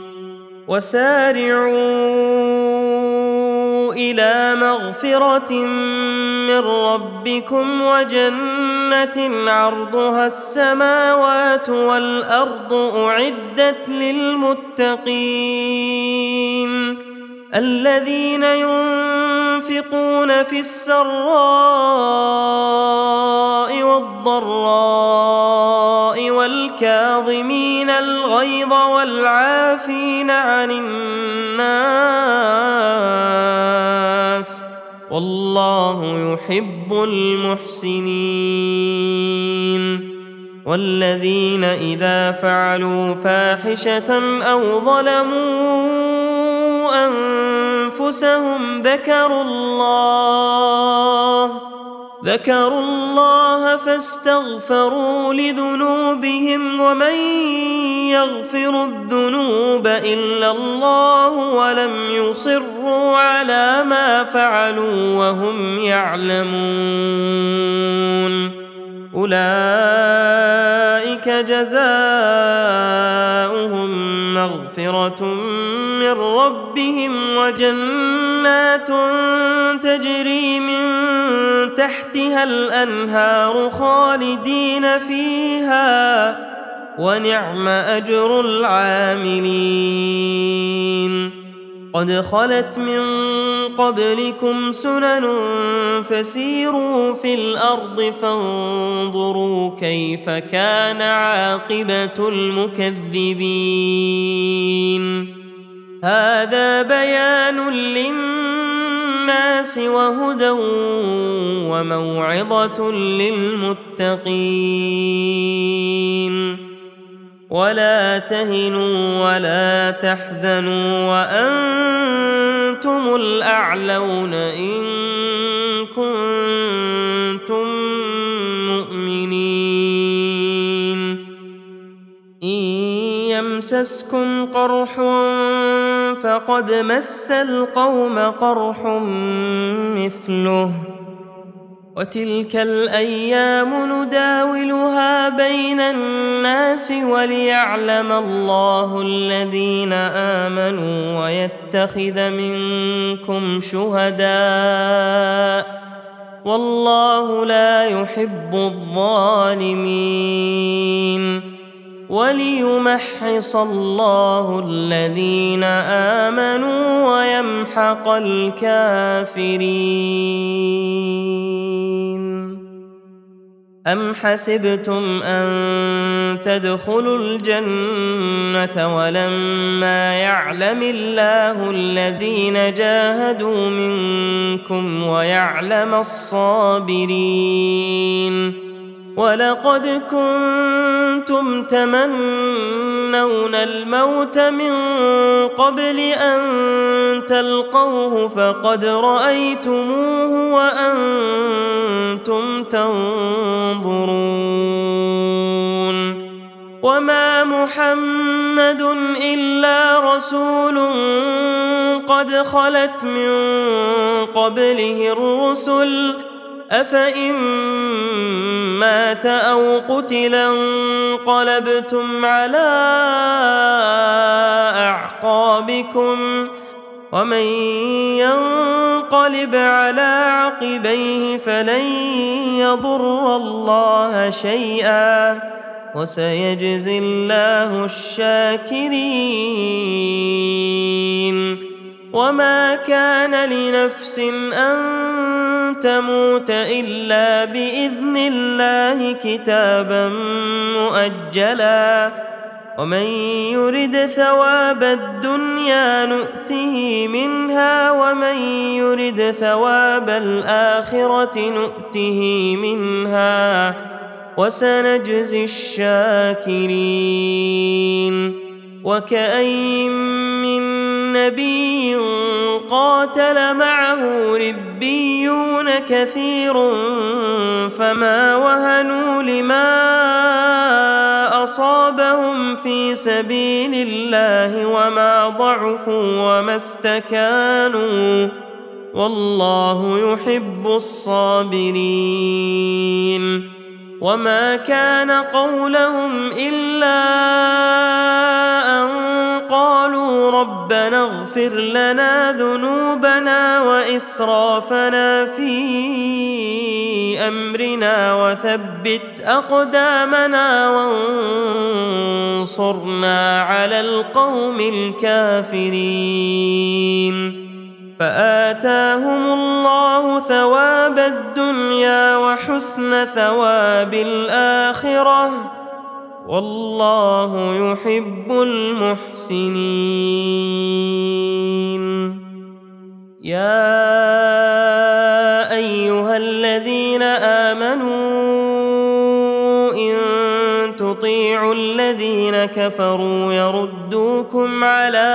A: وسارعوا إلى مغفرة من ربكم وجنة عرضها السماوات والأرض أعدت للمتقين الذين ينفقون في السراء والضراء والكاظمين الغيظ والعافين عن الناس والله يحب المحسنين والذين إذا فعلوا فاحشة أو ظلموا أنفسهم ذكروا الله ذكروا الله فاستغفروا لذنوبهم ومن يغفر الذنوب إلا الله ولم يصروا على ما فعلوا وهم يعلمون أولئك جزاؤهم مغفرة من ربهم وجنات تجري من تحتها الأنهار خالدين فيها ونعم أجر العاملين قد خلت من قبلكم سنن فسيروا في الأرض فانظروا كيف كان عاقبة المكذبين هذا بيان للناس وهدى وموعظة للمتقين ولا تهنوا ولا تحزنوا وأنتم الأعلون إن كنتم مؤمنين إن يمسسكم قرح فقد مس القوم قرح مثله وتلك الأيام نداولها بين الناس وليعلم الله الذين آمنوا ويتخذ منكم شهداء والله لا يحب الظالمين وليمحص الله الذين آمنوا ويمحق الكافرين أم حسبتم أن تدخلوا الجنة ولما يعلم الله الذين جاهدوا منكم ويعلم الصابرين ولقد كنتم تمنون تتمنون الموت من قبل أن تلقوه فقد رأيتموه وأنتم تنظرون وما محمد إلا رسول قد خلت من قبله الرسل أفإن مات أو قتلا انقلبتم على أعقابكم ومن ينقلب على عقبيه فلن يضر الله شيئا وسيجزي الله الشاكرين وما كان لنفس أن تموت إلا بإذن الله كتابا مؤجلا ومن يرد ثواب الدنيا نؤته منها ومن يرد ثواب الآخرة نؤته منها وسنجزي الشاكرين وكأين من نبي قاتل معه ربيون كثير فما وهنوا لما أصابهم في سبيل الله وما ضعفوا وما استكانوا والله يحب الصابرين وما كان قولهم إلا أن قالوا ربنا اغفر لنا ذنوبنا وإسرافنا في أمرنا وثبت أقدامنا وانصرنا على القوم الكافرين فآتاهم الله ثواب الدنيا وحسن ثواب الآخرة والله يحب المحسنين يا أيها الذين آمنوا إن تطيعوا الذين كفروا يردوكم على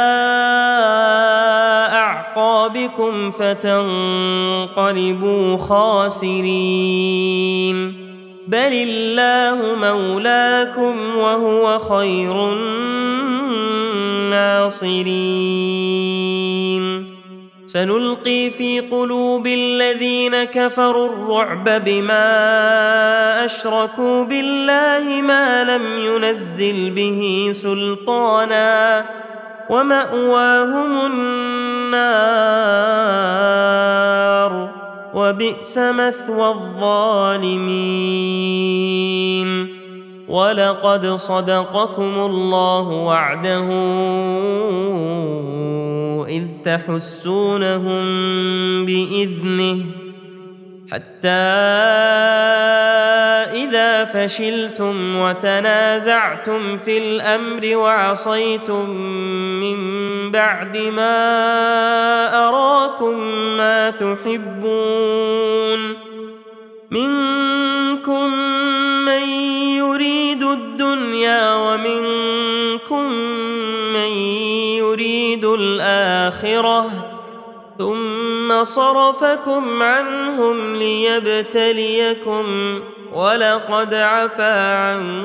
A: أعقابكم فتنقلبوا خاسرين بل الله مولاكم وهو خير الناصرين سنلقي في قلوب الذين كفروا الرعب بما أشركوا بالله ما لم ينزل به سلطانا ومأواهم النار وبئس مثوى الظالمين ولقد صدقكم الله وعده إذ تحسونهم بإذنه حتى إذا فشلتم وتنازعتم في الأمر وعصيتم من بعد ما أراكم ما تحبون منكم من يريد الدنيا ومنكم من يريد الآخرة ثم صرفكم عنهم ليبتليكم ولقد عفا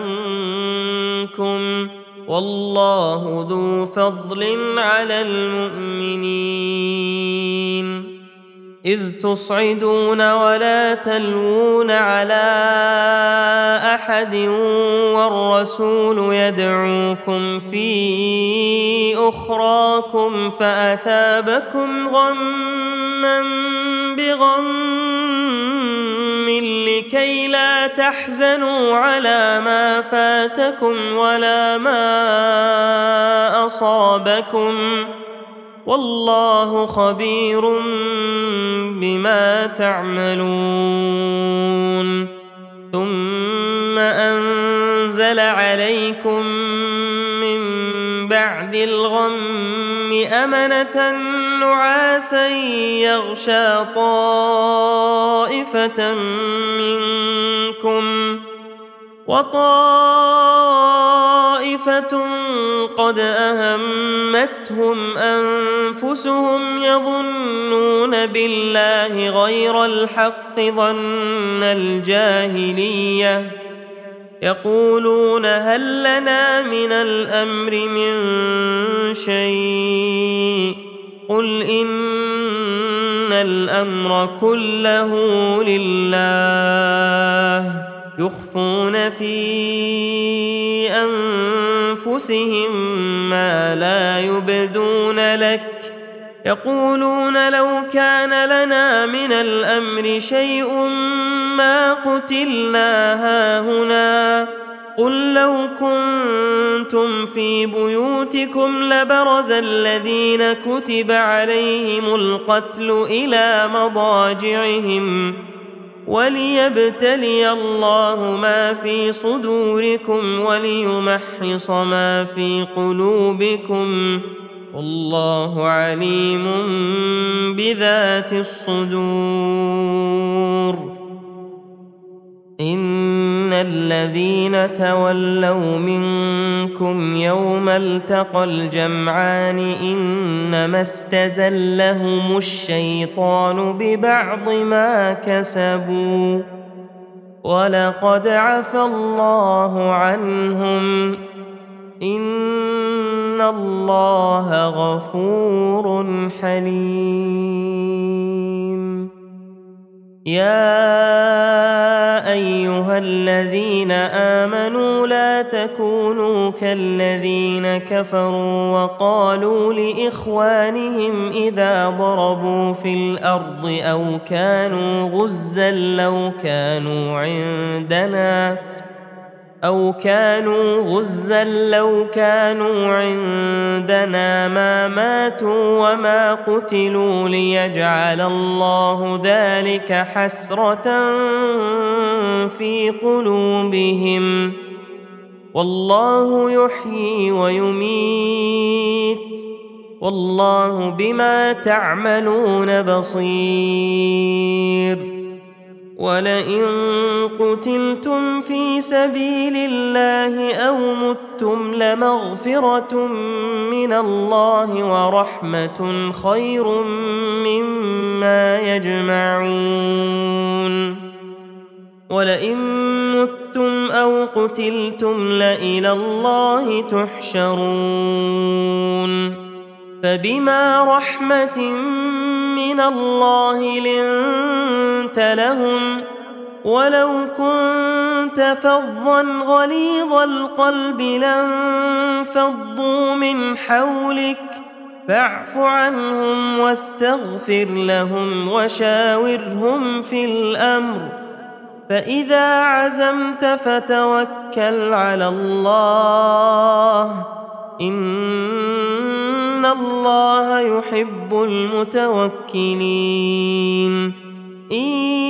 A: عنكم والله ذو فضل على المؤمنين إذ تصعدون ولا تلوون على أحد والرسول يدعوكم في أخراكم فأثابكم غما بغم لكي لا تحزنوا على ما فاتكم ولا ما أصابكم والله خبير بما تعملون ثم أنزل عليكم من بعد الغم أمنة نعاسا يغشى طائفة منكم وطائفة قد أهمتهم أنفسهم يظنون بالله غير الحق ظن الجاهلية يقولون هل لنا من الأمر من شيء قل إن الأمر كله لله يخفون في أنفسهم ما لا يبدون لك يقولون لو كان لنا من الأمر شيء ما قتلنا هاهنا قل لو كنتم في بيوتكم لبرز الذين كتب عليهم القتل إلى مضاجعهم وليبتلي الله ما في صدوركم وليمحص ما في قلوبكم والله عليم بذات الصدور. إن الذين تولوا منكم يوم التقى الجمعان إنما استزلهم الشيطان ببعض ما كسبوا ولقد عفى الله عنهم إن الله غفور حليم. يا أيها الذين آمنوا لا تكونوا كالذين كفروا وقالوا لإخوانهم إذا ضربوا في الأرض أو كانوا غزا لو كانوا عندنا أو كانوا غزا لو كانوا عندنا ما ماتوا وما قتلوا ليجعل الله ذلك حسرة في قلوبهم والله يحيي ويميت والله بما تعملون بصير. ولئن قتلتم في سبيل الله أو متم لمغفرة من الله ورحمة خير مما يجمعون. ولئن متم أو قتلتم لإلى الله تحشرون. فبما رحمة من الله لنت لهم ولو كنت فظا غليظ القلب لانفضوا من حولك فاعف عنهم واستغفر لهم وشاورهم في الأمر فإذا عزمت فتوكل على الله إن الله يحب المتوكلين. إن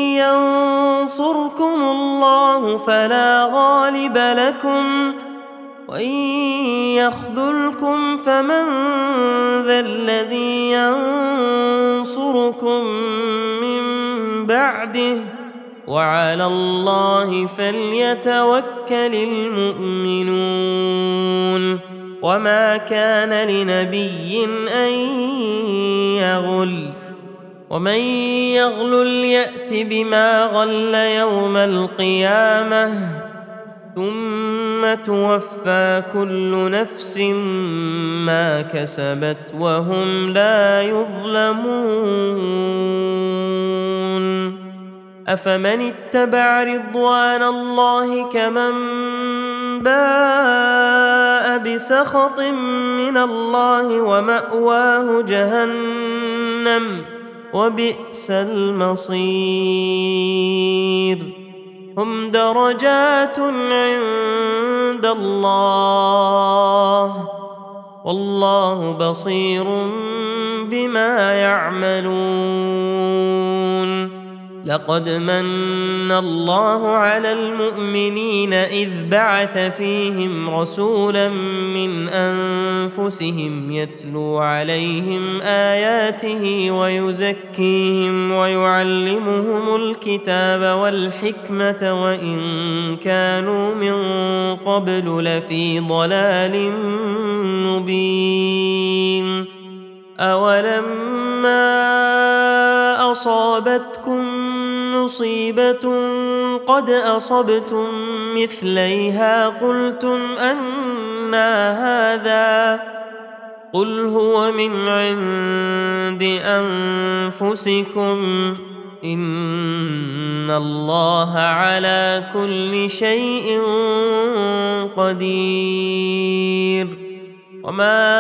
A: ينصركم الله فلا غالب لكم وإن يخذلكم فمن ذا الذي ينصركم من بعده وعلى الله فليتوكل المؤمنون. وما كان لنبي أن يغل ومن يغلل يأت بما غل يوم القيامة ثم توفى كل نفس ما كسبت وهم لا يظلمون. أفمن اتبع رضوان الله كمن باء بسخط من الله ومأواه جهنم وبئس المصير. هم درجات عند الله والله بصير بما يعملون. لقد من الله على المؤمنين إذ بعث فيهم رسولا من أنفسهم يتلو عليهم آياته ويزكيهم ويعلمهم الكتاب والحكمة وإن كانوا من قبل لفي ضلال مبين. أولما أصابتكم مصيبة قد أصبتم مثليها قلتم أنى هذا قل هو من عند أنفسكم إن الله على كل شيء قدير. وما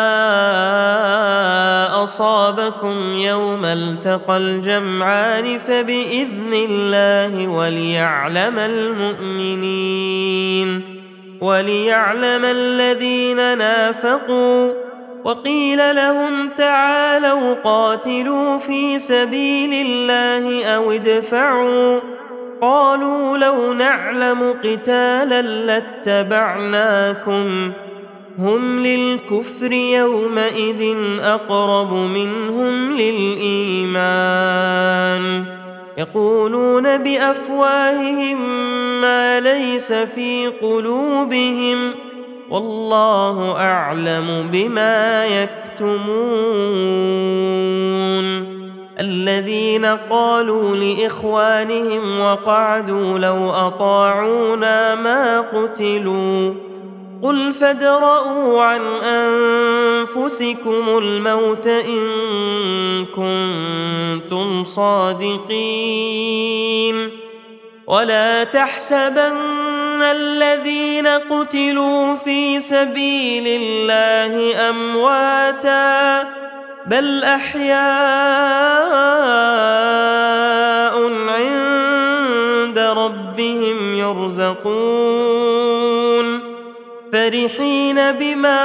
A: أصابكم يوم التقى الجمعان فبإذن الله وليعلم المؤمنين وليعلم الذين نافقوا. وقيل لهم تعالوا قاتلوا في سبيل الله أو ادفعوا قالوا لو نعلم قتالا لاتبعناكم هم للكفر يومئذ أقرب منهم للإيمان يقولون بأفواههم ما ليس في قلوبهم والله أعلم بما يكتمون. الذين قالوا لإخوانهم وقعدوا لو أطاعونا ما قتلوا قل فادرءوا عن أنفسكم الموت إن كنتم صادقين. ولا تحسبن الذين قتلوا في سبيل الله أمواتا بل أحياء عند ربهم يرزقون فرحين بما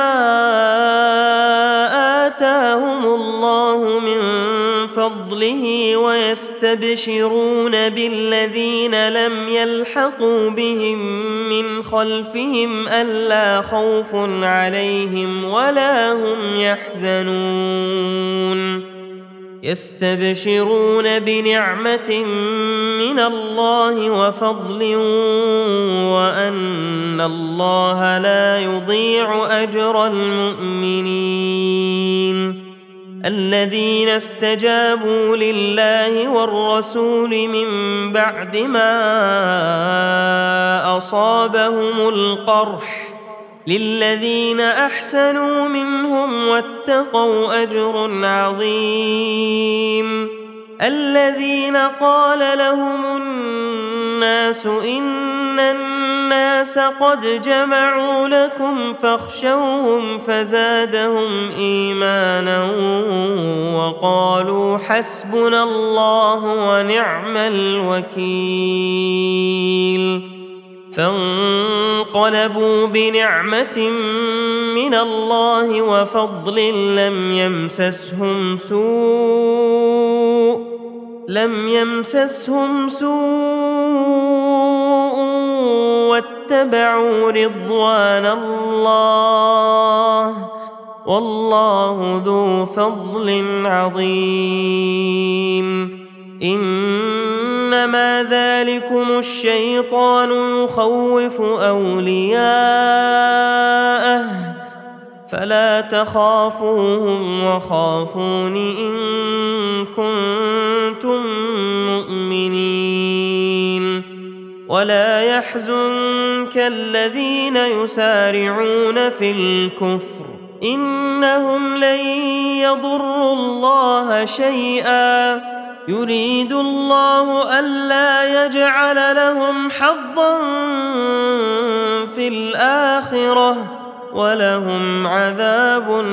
A: آتاهم الله من فضله ويستبشرون بالذين لم يلحقوا بهم من خلفهم ألا خوف عليهم ولا هم يحزنون يستبشرون بنعمة من الله وفضل وأن الله لا يضيع أجر المؤمنين. الذين استجابوا لله والرسول من بعد ما أصابهم القرح للذين أحسنوا منهم واتقوا أجر عظيم. الذين قال لهم الناس إن الناس قد جمعوا لكم فاخشوهم فزادهم إيمانا وقالوا حسبنا الله ونعم الوكيل. فانقلبوا بنعمة من الله وفضل لم يمسسهم سوء لم يمسسهم سوء واتبعوا رضوان الله والله ذو فضل عظيم. إنما ذلكم الشيطان يخوف أولياءه فلا تخافوهم وخافون إن كنتم مؤمنين. ولا يحزنك الذين يسارعون في الكفر إنهم لن يضروا الله شيئا يريد الله ألا يجعل لهم حظا في الآخرة ولهم عذاب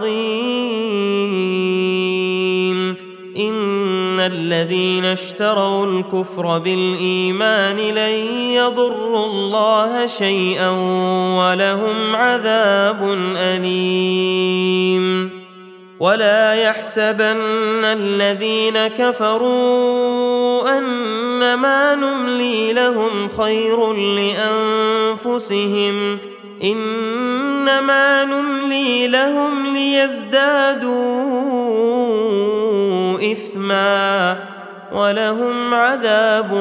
A: عظيم. إن الذين اشتروا الكفر بالإيمان لن يضروا الله شيئا ولهم عذاب أليم. ولا يحسبن الذين كفروا أنما نملي لهم خير لأنفسهم إنما نملي لهم ليزدادوا إثما ولهم عذاب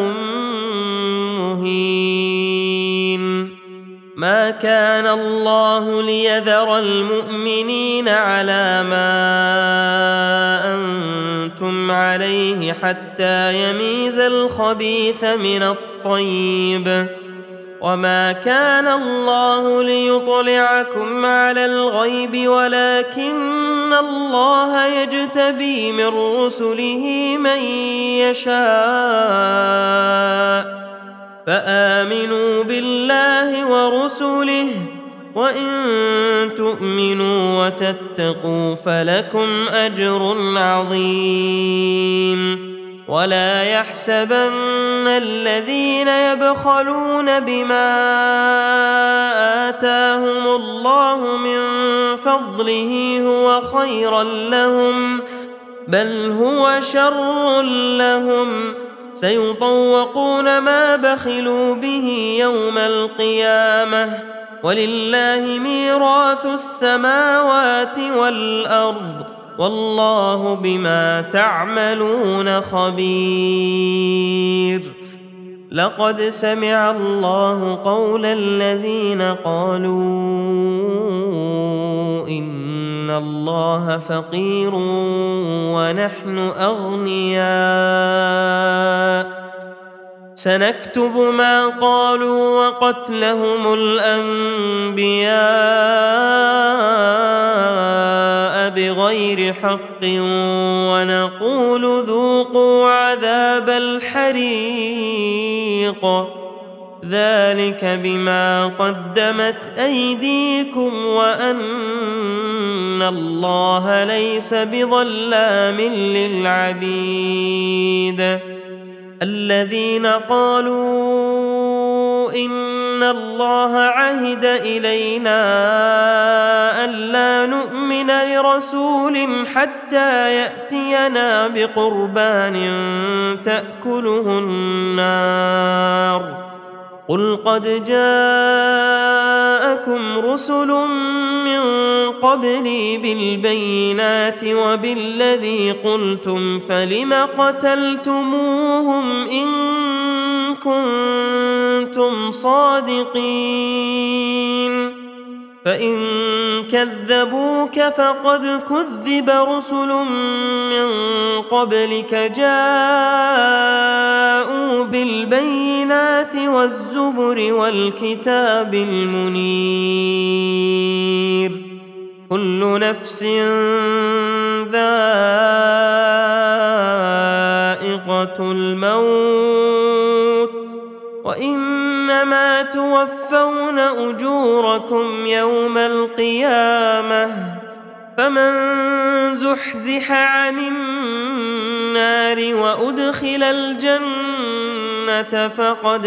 A: مهين. ما كان الله ليذر المؤمنين على ما أنتم عليه حتى يميز الخبيث من الطيب وما كان الله ليطلعكم على الغيب ولكن الله يجتبي من رسله من يشاء فآمنوا بالله ورسله وإن تؤمنوا وتتقوا فلكم أجر عظيم. ولا يحسبن الذين يبخلون بما آتاهم الله من فضله هو خيرا لهم بل هو شر لهم سيطوقون ما بخلوا به يوم القيامة ولله ميراث السماوات والأرض والله بما تعملون خبير. لقد سمع الله قول الذين قالوا إن الله فقير ونحن أغنياء سنكتب ما قالوا وقتلهم الأنبياء بغير حق ونقول ذوقوا عذاب الحريق ذلك بما قدمت أيديكم وأن الله ليس بظلام للعبيد. الذين قالوا إن الله عهد إلينا ألا نؤمن لرسول حتى يأتينا بقربان تأكله النار قل قد جاءكم رسل من قبلي بالبينات وبالذي قلتم فلم قتلتموهم إن كنتم صادقين فإن كذبوك فقد كذب رسل من قبلك جاءوا بالبينات والزبر والكتاب المنير كل نفس ذائقة الموت وإنما توفون أجوركم يوم القيامة فمن زحزح عن النار وأدخل الجنة فقد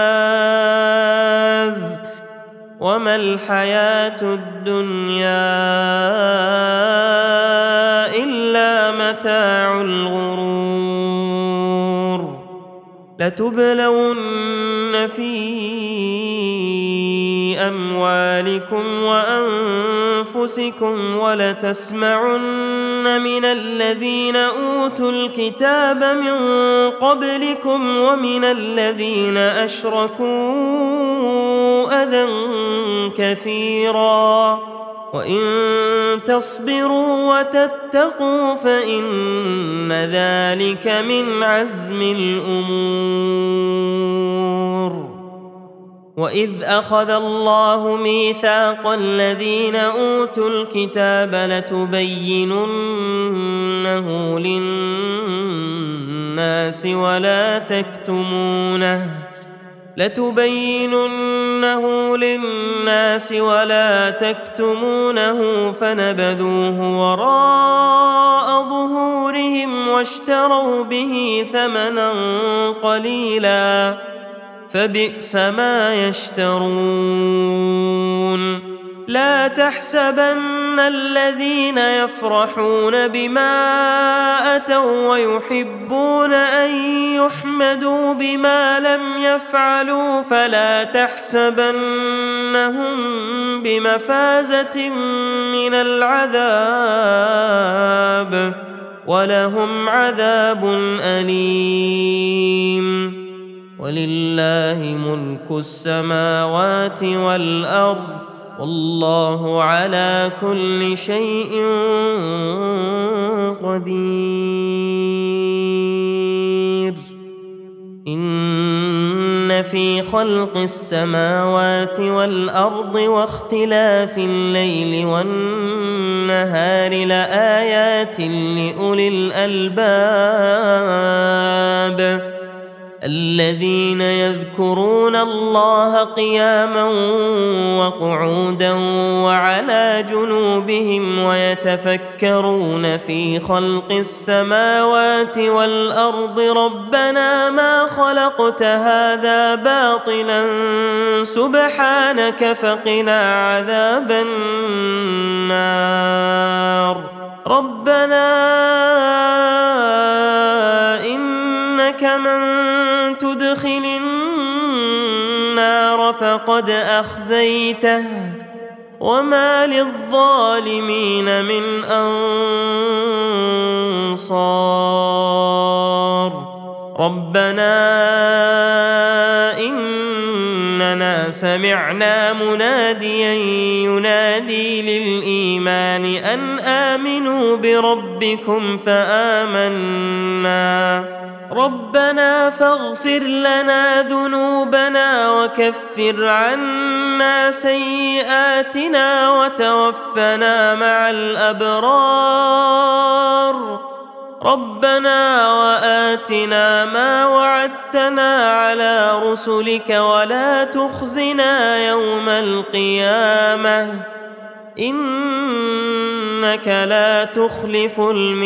A: فاز وما الحياة الدنيا إلا متاع الغرور. لتبلون في أموالكم وأنفسكم ولتسمعن من الذين أوتوا الكتاب من قبلكم ومن الذين أشركوا أذى كثيرا وإن تصبروا وتتقوا فإن ذلك من عزم الأمور. وإذ أخذ الله ميثاق الذين أوتوا الكتاب لتبيننه للناس ولا تكتمونه لتبيننه للناس ولا تكتمونه فنبذوه وراء ظهورهم واشتروا به ثمنا قليلا فبئس ما يشترون. لا تحسبن الذين يفرحون بما أتوا ويحبون أن يحمدوا بما لم يفعلوا فلا تحسبنهم بمفازة من العذاب ولهم عذاب أليم. ولله ملك السماوات والأرض والله على كل شيء قدير. إن في خلق السماوات والأرض واختلاف الليل والنهار لآيات لأولي الألباب الذين يذكرون الله قياما وقعودا وعلى جنوبهم ويتفكرون في خلق السماوات والأرض ربنا ما خلقت هذا باطلا سبحانك فقنا عذاب النار. ربنا إنك من تدخل النار فقد أخزيته وما للظالمين من أنصار. ربنا إننا سمعنا مناديا ينادي للإيمان أن آمنوا بربكم فآمنا. ربنا فاغفر لنا ذنوبنا وكفر عنا سيئاتنا وتوفنا مع الأبرار. ربنا وآتنا ما وعدتنا على رسلك ولا تخزنا يوم القيامة إنك لا تخلف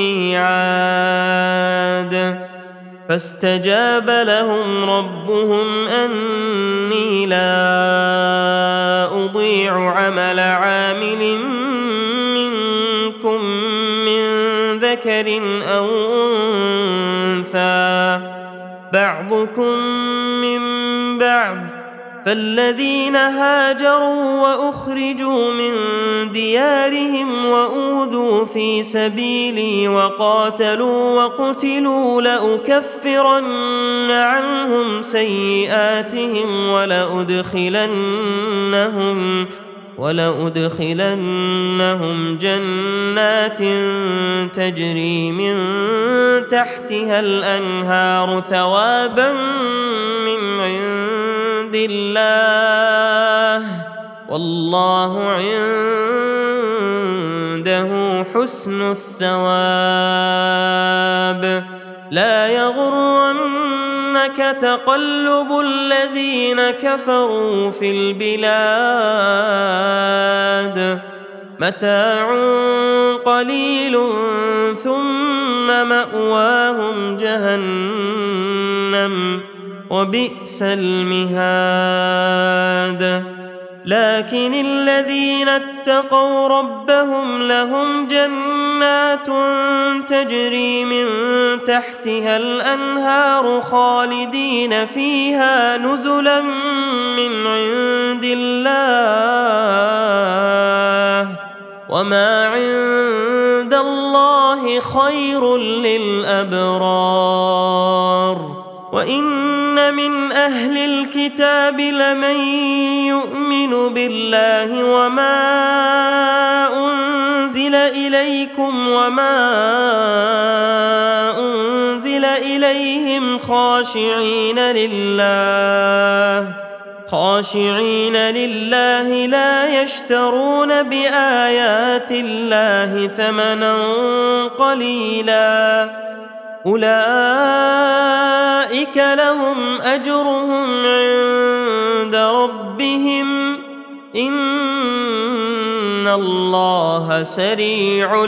A: الميعاد. فاستجاب لهم ربهم أني لا أضيع عمل عامل منكم من ذكر أو أنثى بعضكم من بعض فالذين هاجروا وأخرجوا من ديارهم وأوذوا في سبيلي وقاتلوا وقتلوا لأكفرن عنهم سيئاتهم ولأدخلنهم ولأدخلنهم جنات تجري من تحتها الأنهار ثوابا من عند الله والله عنده حسن الثواب. لا يغرنك تقلب الذين كفروا في البلاد متاع قليل ثم مأواهم جهنم وبئس المهاد. لكن الذين اتقوا ربهم لهم جنات تجري من تحتها الأنهار خالدين فيها نزلا من عند الله وما عند الله خير للأبرار. وإن من أهل الكتاب لمن يؤمن بالله وما أنزل إليكم وما أنزل إليهم خاشعين لله خاشعين لله لا يشترون بآيات الله ثمنا قليلا أولئك لهم أجرهم عند ربهم إن الله سريع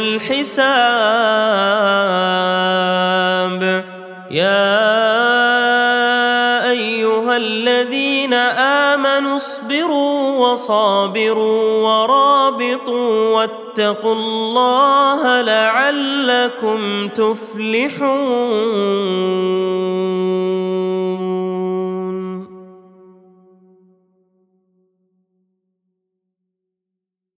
A: الحساب. يا أيها الذين آمنوا اصبروا وصابروا ورابطوا واتقوا الله لعلكم تفلحون.